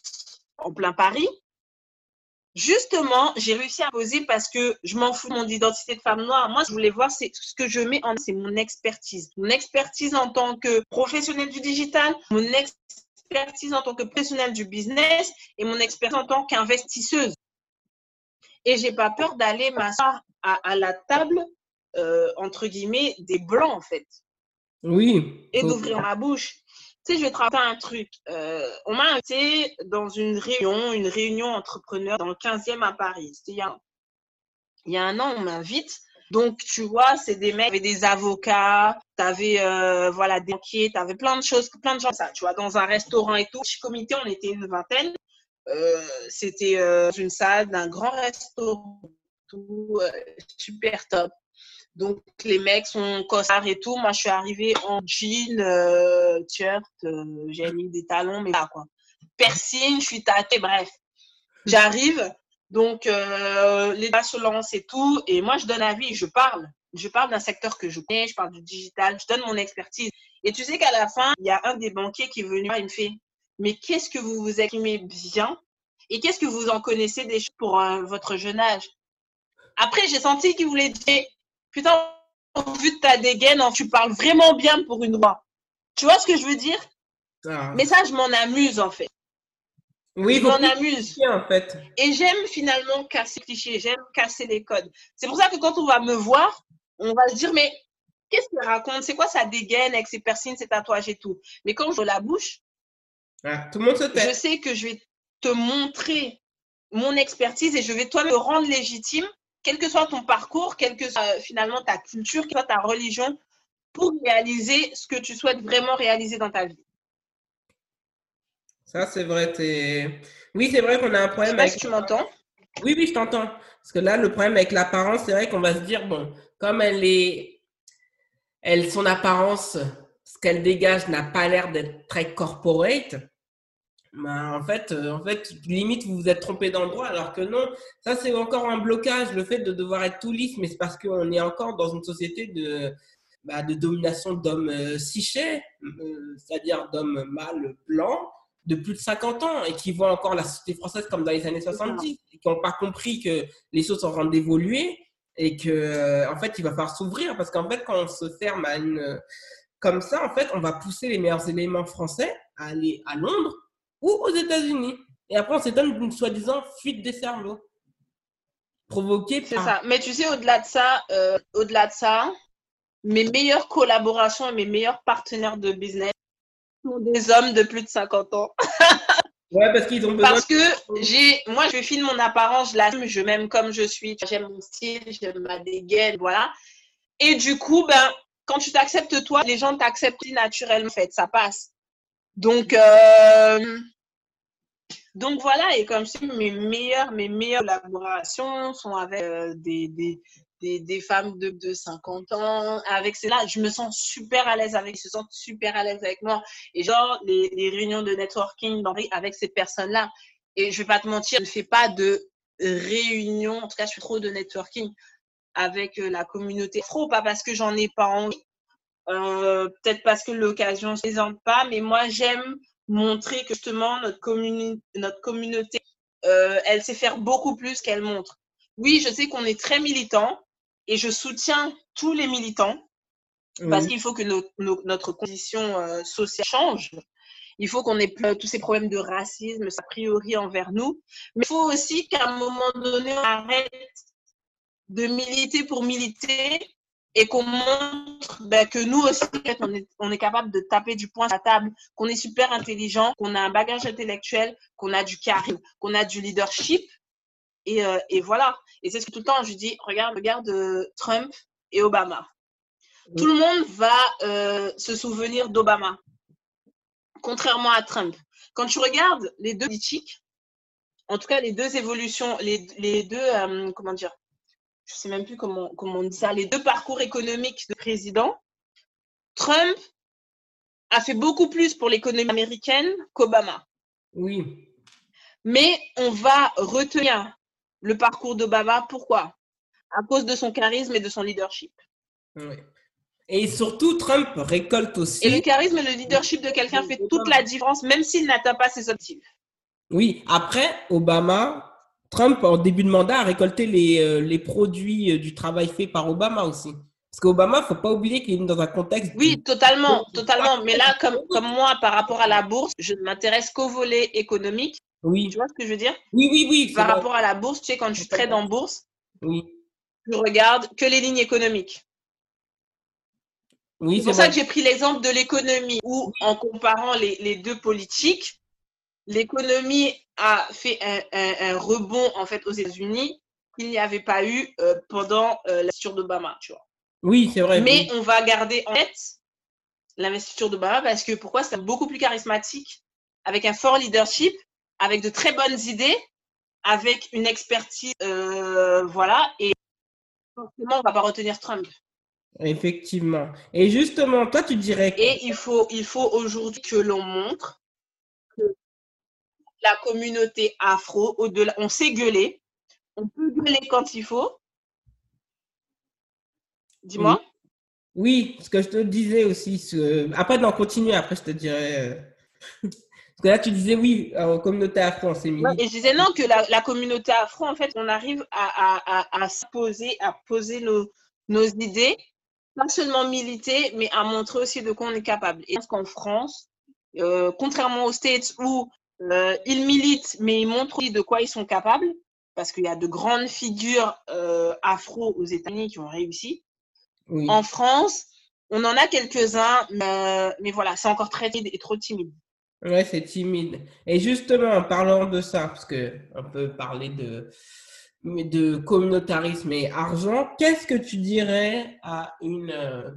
en plein Paris. Justement, j'ai réussi à poser parce que je m'en fous de mon identité de femme noire. Moi, je voulais voir, c'est ce que je mets en, c'est mon expertise. Mon expertise en tant que professionnelle du digital, mon expertise en tant que professionnelle du business et mon expertise en tant qu'investisseuse. Et j'ai pas peur d'aller m'asseoir à, à la table, euh, entre guillemets, des blancs, en fait. Oui. Et d'ouvrir ma bouche. Tu sais, je vais te raconter un truc. Euh, on m'a invité dans une réunion, une réunion entrepreneur dans le quinzième à Paris. C'était il y a, il y a un an, on m'invite. Donc, tu vois, c'est des mecs, t'avais des avocats, t'avais, euh, voilà, des banquiers, t'avais plein de choses, plein de gens, ça, tu vois, dans un restaurant et tout. Chez Comité, on était une vingtaine. Euh, c'était euh, une salle d'un grand restaurant, tout euh, super top. Donc, les mecs sont costards et tout. Moi, je suis arrivée en jean, euh, t-shirt, euh, j'ai mis des talons, mais là, quoi. Piercing, je suis tâtée, bref. J'arrive, donc euh, les gars se lancent et tout. Et moi, je donne avis, je parle. Je parle d'un secteur que je connais, je parle du digital, je donne mon expertise. Et tu sais qu'à la fin, il y a un des banquiers qui est venu, il me fait « Mais qu'est-ce que vous vous exprimez bien et qu'est-ce que vous en connaissez des choses pour euh, votre jeune âge ?» Après, j'ai senti qu'il voulait dire « Putain, au vu de ta dégaine, tu parles vraiment bien pour une voix. » Tu vois ce que je veux dire? Ah. Mais ça, je m'en amuse en fait. Oui, je faut m'en plus amuse. cliquer, en fait. Et j'aime finalement casser les clichés, j'aime casser les codes. C'est pour ça que quand on va me voir, on va se dire, mais qu'est-ce qu'il raconte? C'est quoi sa dégaine avec ses piercings, ses tatouages et tout? Mais quand je la bouche, Ah, tout le monde se tait. je sais que je vais te montrer mon expertise et je vais toi me rendre légitime, quel que soit ton parcours, quelle que soit euh, finalement ta culture, quelle que soit ta religion, pour réaliser ce que tu souhaites vraiment réaliser dans ta vie. Ça, c'est vrai. T'es... Oui, c'est vrai qu'on a un Je sais problème pas avec... si tu m'entends. Oui, oui, je t'entends. Parce que là, le problème avec l'apparence, c'est vrai qu'on va se dire, bon, comme elle est... Elle, son apparence, ce qu'elle dégage n'a pas l'air d'être très corporate, ben, en fait, euh, en fait, limite, vous vous êtes trompé d'endroit, alors que non. Ça, c'est encore un blocage, le fait de devoir être tout lisse, mais c'est parce qu'on est encore dans une société de, bah, de domination d'hommes euh, cichés, euh, c'est-à-dire d'hommes mâles blancs de plus de cinquante ans et qui voient encore la société française comme dans les années soixante-dix et qui n'ont pas compris que les choses sont en train d'évoluer et que euh, en fait il va falloir s'ouvrir parce qu'en fait quand on se ferme à une comme ça en fait on va pousser les meilleurs éléments français à aller à Londres ou aux États-Unis et après on s'étonne d'une soi-disant fuite des cerveaux provoquée C'est par ça. Mais tu sais, au-delà de ça, euh, au-delà de ça, mes meilleures collaborations et mes meilleurs partenaires de business sont des hommes de plus de cinquante ans. ouais parce qu'ils ont besoin Parce que j'ai, moi, je filme mon apparence, je l'assume, je m'aime comme je suis, j'aime mon style, j'aime ma dégaine, voilà. Et du coup, ben, quand tu t'acceptes toi, les gens t'acceptent naturellement, en fait, ça passe. Donc, euh, donc voilà, et comme si mes meilleures, mes meilleures collaborations sont avec euh, des, des, des, des femmes de, de cinquante ans, avec celles-là, je me sens super à l'aise avec, ils se sentent super à l'aise avec moi. Et genre, les, les réunions de networking avec ces personnes-là, et je vais pas te mentir, je ne fais pas de réunion, en tout cas, je fais trop de networking avec la communauté afro, pas parce que j'en ai pas envie, euh, peut-être parce que l'occasion ne se présente pas, mais moi, j'aime montrer que justement, notre, communi notre communauté, euh, elle sait faire beaucoup plus qu'elle montre. Oui, je sais qu'on est très militant et je soutiens tous les militants parce oui. qu'il faut que nos, nos, notre condition euh, sociale change. Il faut qu'on ait tous ces problèmes de racisme, a priori envers nous. Mais il faut aussi qu'à un moment donné, on arrête de militer pour militer et qu'on montre ben, que nous aussi, on est, on est capable de taper du poing sur la table, qu'on est super intelligent, qu'on a un bagage intellectuel, qu'on a du charisme, qu'on a du leadership. Et, euh, et voilà. Et c'est ce que tout le temps, je dis, regarde, regarde euh, Trump et Obama. Tout le monde va euh, se souvenir d'Obama, contrairement à Trump. Quand tu regardes les deux politiques, en tout cas les deux évolutions, les, les deux, euh, comment dire, je sais même plus comment, comment on dit ça, les deux parcours économiques de président, Trump a fait beaucoup plus pour l'économie américaine qu'Obama. Oui. Mais on va retenir le parcours d'Obama. Pourquoi? À cause de son charisme et de son leadership. Oui. Et surtout, Trump récolte aussi. Et le charisme et le leadership de quelqu'un fait toute la différence, même s'il n'atteint pas ses objectifs. Oui, après, Obama, Trump, en début de mandat, a récolté les, euh, les produits euh, du travail fait par Obama aussi. Parce qu'Obama, il ne faut pas oublier qu'il est dans un contexte. Oui, de... totalement, totalement. Mais là, comme, comme moi, par rapport à la bourse, je ne m'intéresse qu'au volet économique. Oui. Tu vois ce que je veux dire? Oui, oui, oui. Par rapport à la bourse, tu sais, quand je trade en bourse, oui. je regarde que les lignes économiques. Oui, c'est pour ça vrai. que j'ai pris l'exemple de l'économie, où oui. en comparant les, les deux politiques, l'économie a fait un, un, un rebond en fait aux États-Unis qu'il n'y avait pas eu euh, pendant euh, l'investiture d'Obama, tu vois. Oui, c'est vrai. Mais oui. on va garder en tête l'investiture d'Obama parce que pourquoi? C'est beaucoup plus charismatique, avec un fort leadership, avec de très bonnes idées, avec une expertise, euh, voilà. Et forcément, on ne va pas retenir Trump. Effectivement. Et justement, toi, tu dirais que... Et il faut, il faut aujourd'hui que l'on montre que la communauté afro, au-delà, on sait gueuler, on peut gueuler quand il faut. Dis-moi. Oui. oui, ce que je te disais aussi. Ce... Après, d'en continuer, après, je te dirais... Euh... Parce que là, tu disais oui, en communauté afro, on s'est mis. Ouais, et je disais non, que la, la communauté afro, en fait, on arrive à, à, à, à se poser, à poser nos, nos idées, pas seulement militer, mais à montrer aussi de quoi on est capable. Et je pense qu'en France, euh, contrairement aux States où euh, ils militent, mais ils montrent aussi de quoi ils sont capables, parce qu'il y a de grandes figures euh, afro aux États-Unis qui ont réussi. Oui. En France, on en a quelques-uns, mais, mais voilà, c'est encore très timide et trop timide. Ouais, c'est timide. Et justement, en parlant de ça, parce qu'on peut parler de, de communautarisme et argent, qu'est-ce que tu dirais à une,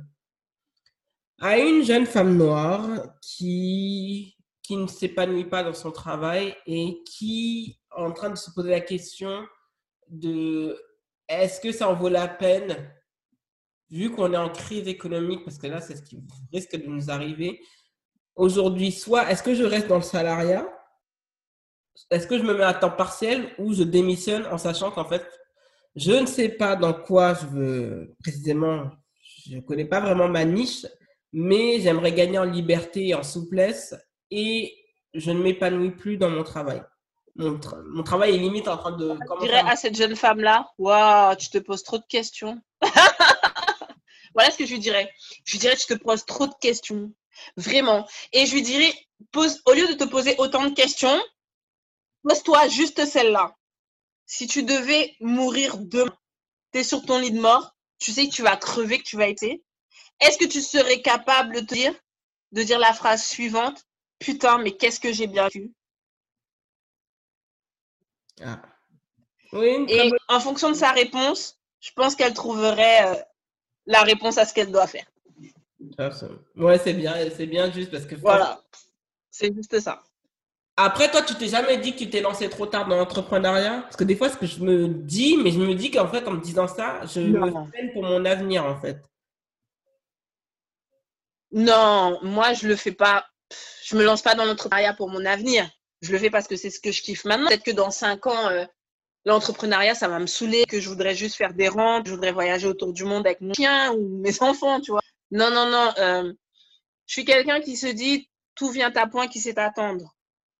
à une jeune femme noire qui, qui ne s'épanouit pas dans son travail et qui est en train de se poser la question de est-ce que ça en vaut la peine, vu qu'on est en crise économique, parce que là, c'est ce qui risque de nous arriver, aujourd'hui, soit est-ce que je reste dans le salariat, est-ce que je me mets à temps partiel ou je démissionne en sachant qu'en fait, je ne sais pas dans quoi je veux précisément, je ne connais pas vraiment ma niche, mais j'aimerais gagner en liberté et en souplesse et je ne m'épanouis plus dans mon travail. Mon, tra- mon travail est limite en train de... Je dirais à cette jeune femme-là, waouh, tu te poses trop de questions. Voilà ce que je lui dirais. Je lui dirais, tu te poses trop de questions. Vraiment. Et je lui dirais, pose, au lieu de te poser autant de questions, pose-toi juste celle-là. Si tu devais mourir demain, tu es sur ton lit de mort, tu sais que tu vas crever, que tu vas être. Est-ce que tu serais capable de te dire, de dire la phrase suivante, putain, mais qu'est-ce que j'ai bien vu? Ah. Oui, Et bonne... en fonction de sa réponse, je pense qu'elle trouverait euh, la réponse à ce qu'elle doit faire. Ouais, c'est bien, c'est bien juste parce que... Voilà, c'est juste ça. Après, toi, tu t'es jamais dit que tu t'es lancé trop tard dans l'entrepreneuriat? Parce que des fois, ce que je me dis, mais je me dis qu'en fait, en me disant ça, je non. me peine pour mon avenir, en fait. Non, moi, je le fais pas. Je me lance pas dans l'entrepreneuriat pour mon avenir. Je le fais parce que c'est ce que je kiffe maintenant. Peut-être que dans cinq ans, euh, l'entrepreneuriat, ça va me saouler, que je voudrais juste faire des rentes, je voudrais voyager autour du monde avec mon chien ou mes enfants, tu vois. Non, non, non. Euh, je suis quelqu'un qui se dit, tout vient à point, qui sait attendre.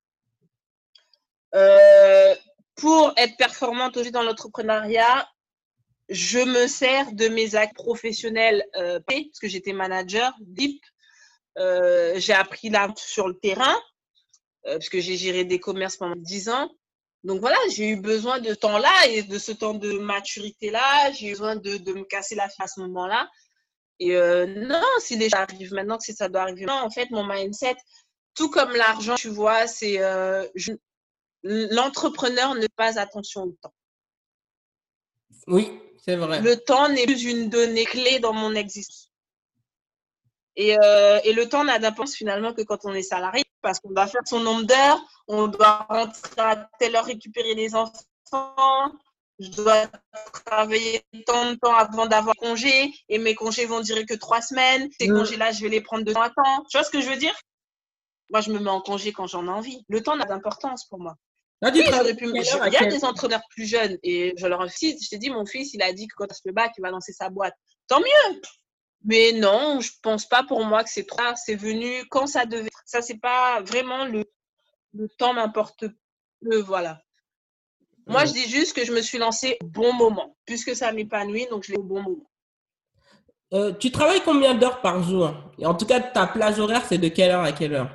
Euh, pour être performante aujourd'hui dans l'entrepreneuriat, je me sers de mes actes professionnels euh, parce que j'étais manager, deep. Euh, j'ai appris là sur le terrain euh, parce que j'ai géré des commerces pendant dix ans. Donc voilà, j'ai eu besoin de temps-là et de ce temps de maturité-là. J'ai eu besoin de, de me casser la face à ce moment-là. Et euh, non, si les gens arrivent maintenant, que ça doit arriver maintenant, en fait, mon mindset, tout comme l'argent, tu vois, c'est euh, je, l'entrepreneur ne fait pas attention au temps. Oui, c'est vrai. Le temps n'est plus une donnée clé dans mon existence. Et, euh, et le temps n'a d'importance finalement que quand on est salarié, parce qu'on doit faire son nombre d'heures, on doit rentrer à telle heure récupérer les enfants, je dois travailler tant de temps avant d'avoir congé et mes congés vont durer que trois semaines. Ces Mm. congés-là, je vais les prendre de temps à temps. Tu vois ce que je veux dire? Moi, je me mets en congé quand j'en ai envie. Le temps n'a d'importance pour moi. Là, tu Oui, travailles j'aurais de pu. quelle je- heure à Il y a quelle des entraîneurs plus jeunes et je leur dis, je t'ai dit, mon fils, il a dit que quand il se le bac, il va lancer sa boîte. Tant mieux. Mais non, je pense pas pour moi que c'est trop tard. C'est venu quand ça devait. Ça, c'est pas vraiment le, le temps m'importe peu. Voilà. Moi, heure? je dis juste que je me suis lancée au bon moment, puisque ça m'épanouit, donc je l'ai au bon moment. Euh, tu travailles combien d'heures par jour? Et en tout cas, ta plage horaire, c'est de quelle heure à quelle heure?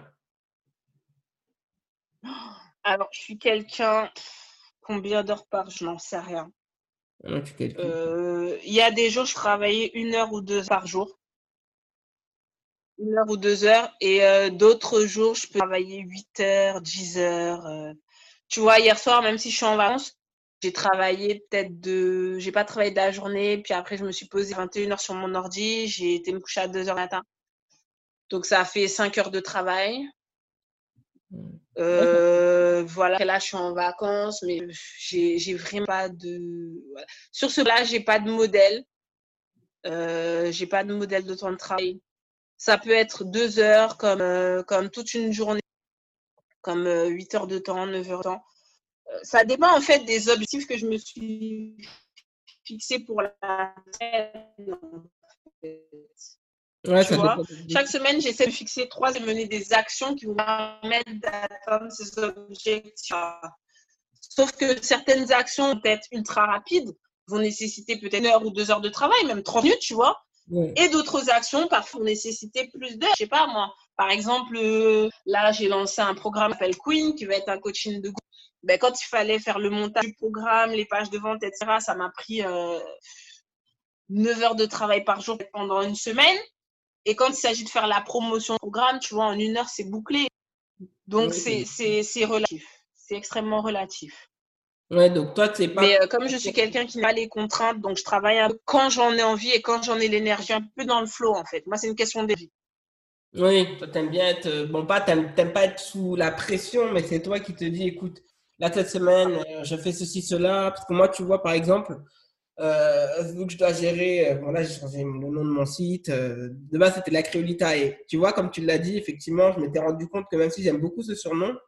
Alors, je suis quelqu'un, combien d'heures par jour? Je n'en sais rien. Ah, tu calcules. Euh, Il y a des jours, je travaillais une heure ou deux par jour, une heure ou deux heures, et euh, d'autres jours, je peux travailler huit heures, dix heures. euh. Tu vois, hier soir, même si je suis en vacances, j'ai travaillé peut-être de. J'ai pas travaillé de la journée, puis après, je me suis posée vingt et une heures sur mon ordi, j'ai été me coucher à deux heures du matin. Donc, ça a fait cinq heures de travail. Ouais, ça- Euh, voilà, là, je suis en vacances, mais j'ai j'ai vraiment pas de. Voilà. Sur ce là, j'ai pas de modèle. Euh, j'ai pas de modèle de temps de travail. Ça peut être deux heures comme, euh, comme toute une journée, comme euh, huit heures de temps, neuf heures de temps. Euh, ça dépend en fait des objectifs que je me suis fixés pour la semaine. En fait. ouais, Tu ça vois, dépend de chaque l'objectif. semaine, j'essaie de fixer trois et mener des actions qui vont me permettre d'atteindre ces objectifs. Sauf que certaines actions, peut-être ultra rapides, vont nécessiter peut-être une heure ou deux heures de travail, même trente minutes, tu vois. Ouais. Et d'autres actions, parfois, vont nécessiter plus d'heures. Je sais pas, moi. Par exemple, euh, là, j'ai lancé un programme qui s'appelle Queen, qui va être un coaching de groupe. Ben, quand il fallait faire le montage du programme, les pages de vente, et cetera, ça m'a pris euh, neuf heures de travail par jour pendant une semaine. Et quand il s'agit de faire la promotion du programme, tu vois, en une heure, c'est bouclé. Donc, Ouais, c'est, c'est- c'est, c'est relatif. C'est extrêmement relatif. ouais, donc toi, c'est Mais pas. euh, comme je suis quelqu'un qui n'a pas les contraintes, donc je travaille un peu quand j'en ai envie et quand j'en ai l'énergie, un peu dans le flow, en fait. Moi, c'est une question d'énergie. Oui, toi, t'aimes bien être. euh, Bon, pas, t'aimes t'aimes pas être sous la pression, mais c'est toi qui te dis, écoute, là, cette semaine, euh, je fais ceci, cela. Parce que moi, tu vois, par exemple, euh, vu que je dois gérer. Euh, bon, là, j'ai changé le nom de mon site. Euh, de base, c'était la Créolita. Et tu vois, comme tu l'as dit, effectivement, je m'étais rendu compte que même si j'aime beaucoup ce surnom,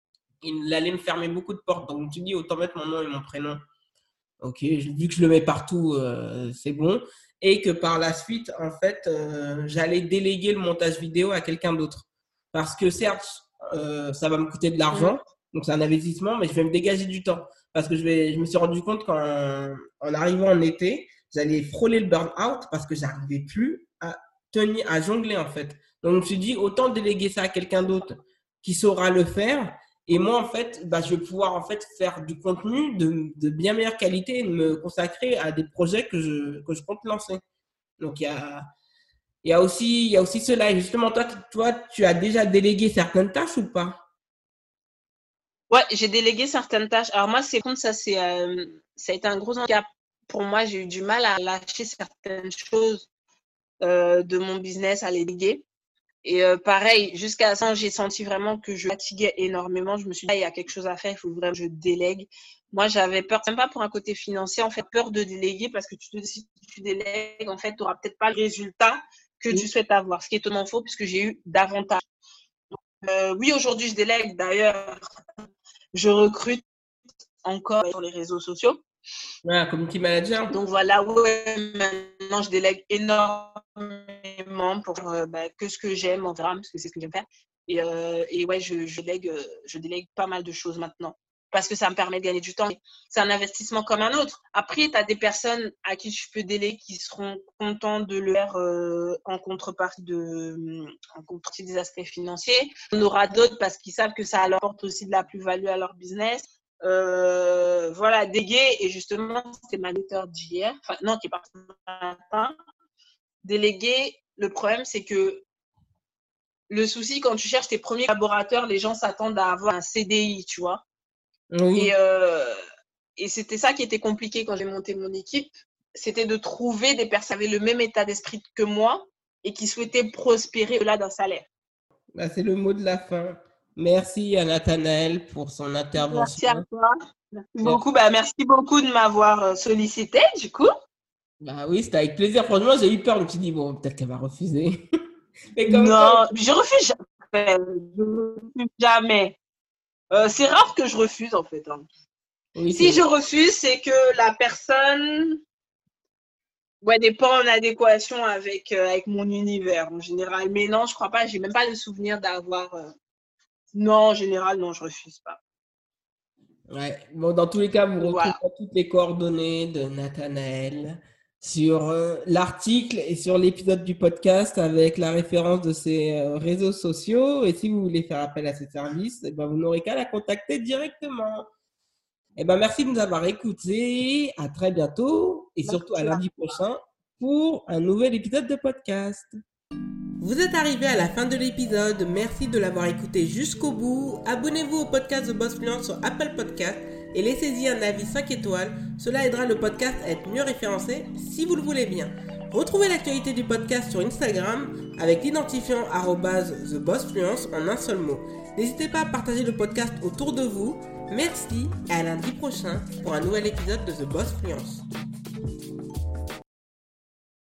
il allait me fermer beaucoup de portes. Donc, tu dis, autant mettre mon nom et mon prénom. Ok, vu que je le mets partout, euh, c'est bon. Et que par la suite, en fait, euh, j'allais déléguer le montage vidéo à quelqu'un d'autre. Parce que certes, euh, ça va me coûter de Mhm. l'argent, donc c'est un investissement, mais je vais me dégager du temps. Parce que je vais, je me suis rendu compte qu'en en arrivant en été, j'allais frôler le burn-out parce que j'arrivais plus à tenir, à jongler en fait. Donc je me suis dit, autant déléguer ça à quelqu'un d'autre qui saura le faire et moi, en fait, bah, je vais pouvoir en fait faire du contenu de, de bien meilleure qualité et me consacrer à des projets que je, que je compte lancer. Donc, il y a, il y a aussi, il y a aussi cela. Et justement, toi, tu- toi, tu as déjà délégué certaines tâches ou pas? Ouais, j'ai délégué certaines tâches. Alors moi, c'est contre ça, c'est, euh, ça a été un gros handicap pour moi. J'ai eu du mal à lâcher certaines choses euh, de mon business, à les déléguer. Et euh, pareil, jusqu'à ça, j'ai senti vraiment que je fatiguais énormément. Je me suis dit, ah, il y a quelque chose à faire, il faut vraiment que je délègue. Moi, j'avais peur, même pas pour un côté financier, en fait, peur de déléguer parce que tu te dis, si tu délègues, en fait, tu n'auras peut-être pas le résultat que tu souhaites avoir, ce qui est totalement faux puisque j'ai eu davantage. Euh, oui, aujourd'hui, je délègue. D'ailleurs, je recrute encore sur les réseaux sociaux. Ouais, un community manager? Donc voilà, ouais, maintenant je délègue énormément pour euh, bah, que ce que j'aime en drame, parce que c'est ce que j'aime faire. Et, euh, et ouais, je, je, délègue, euh, je délègue pas mal de choses maintenant. Parce que ça me permet de gagner du temps. C'est un investissement comme un autre. Après, tu as des personnes à qui je peux déléguer qui seront contents de le faire euh, en contrepartie de, en contrepartie des aspects financiers. On aura d'autres parce qu'ils savent que ça leur apporte aussi de la plus-value à leur business. Euh, voilà, déléguer, et justement, c'était ma méthode d'hier, enfin, non, qui est partie ce matin. Déléguer, le problème, c'est que le souci, quand tu cherches tes premiers collaborateurs, les gens s'attendent à avoir un C D I, tu vois. Et, Oui. euh, et c'était ça qui était compliqué quand j'ai monté mon équipe, c'était de trouver des personnes qui avaient le même état d'esprit que moi et qui souhaitaient prospérer au-delà d'un salaire. Bah, c'est le mot de la fin. Merci à Nathanaël pour son Merci à intervention. toi. Merci beaucoup. Bah, merci beaucoup de m'avoir sollicité, du coup. Bah oui, c'était avec plaisir. Franchement, j'ai eu peur. Je me suis dit, bon, peut-être qu'elle va refuser. Mais comme non, ça... je refuse jamais. Je refuse jamais. Euh, c'est rare que je refuse, en fait. Hein. Oui, si je refuse, c'est que la personne ouais, n'est pas en adéquation avec, euh, avec mon univers, en général. Mais non, je crois pas. J'ai même pas le souvenir d'avoir... Euh... Non, en général, non, je refuse pas. Ouais. Bon, dans tous les cas, vous retrouvez voilà. toutes les coordonnées de Nathanaël sur euh, l'article et sur l'épisode du podcast avec la référence de ses euh, réseaux sociaux. Et si vous voulez faire appel à ses services, eh ben, vous n'aurez qu'à la contacter directement. Eh ben, merci de nous avoir écoutés. À très bientôt et surtout à lundi prochain pour un nouvel épisode de podcast. Vous êtes arrivé à la fin de l'épisode. Merci de l'avoir écouté jusqu'au bout. Abonnez-vous au podcast The Boss Fluence sur Apple Podcast et laissez-y un avis cinq étoiles. Cela aidera le podcast à être mieux référencé si vous le voulez bien. Retrouvez l'actualité du podcast sur Instagram avec l'identifiant arobase The Boss Fluence en un seul mot. N'hésitez pas à partager le podcast autour de vous. Merci et à lundi prochain pour un nouvel épisode de The Boss Fluence.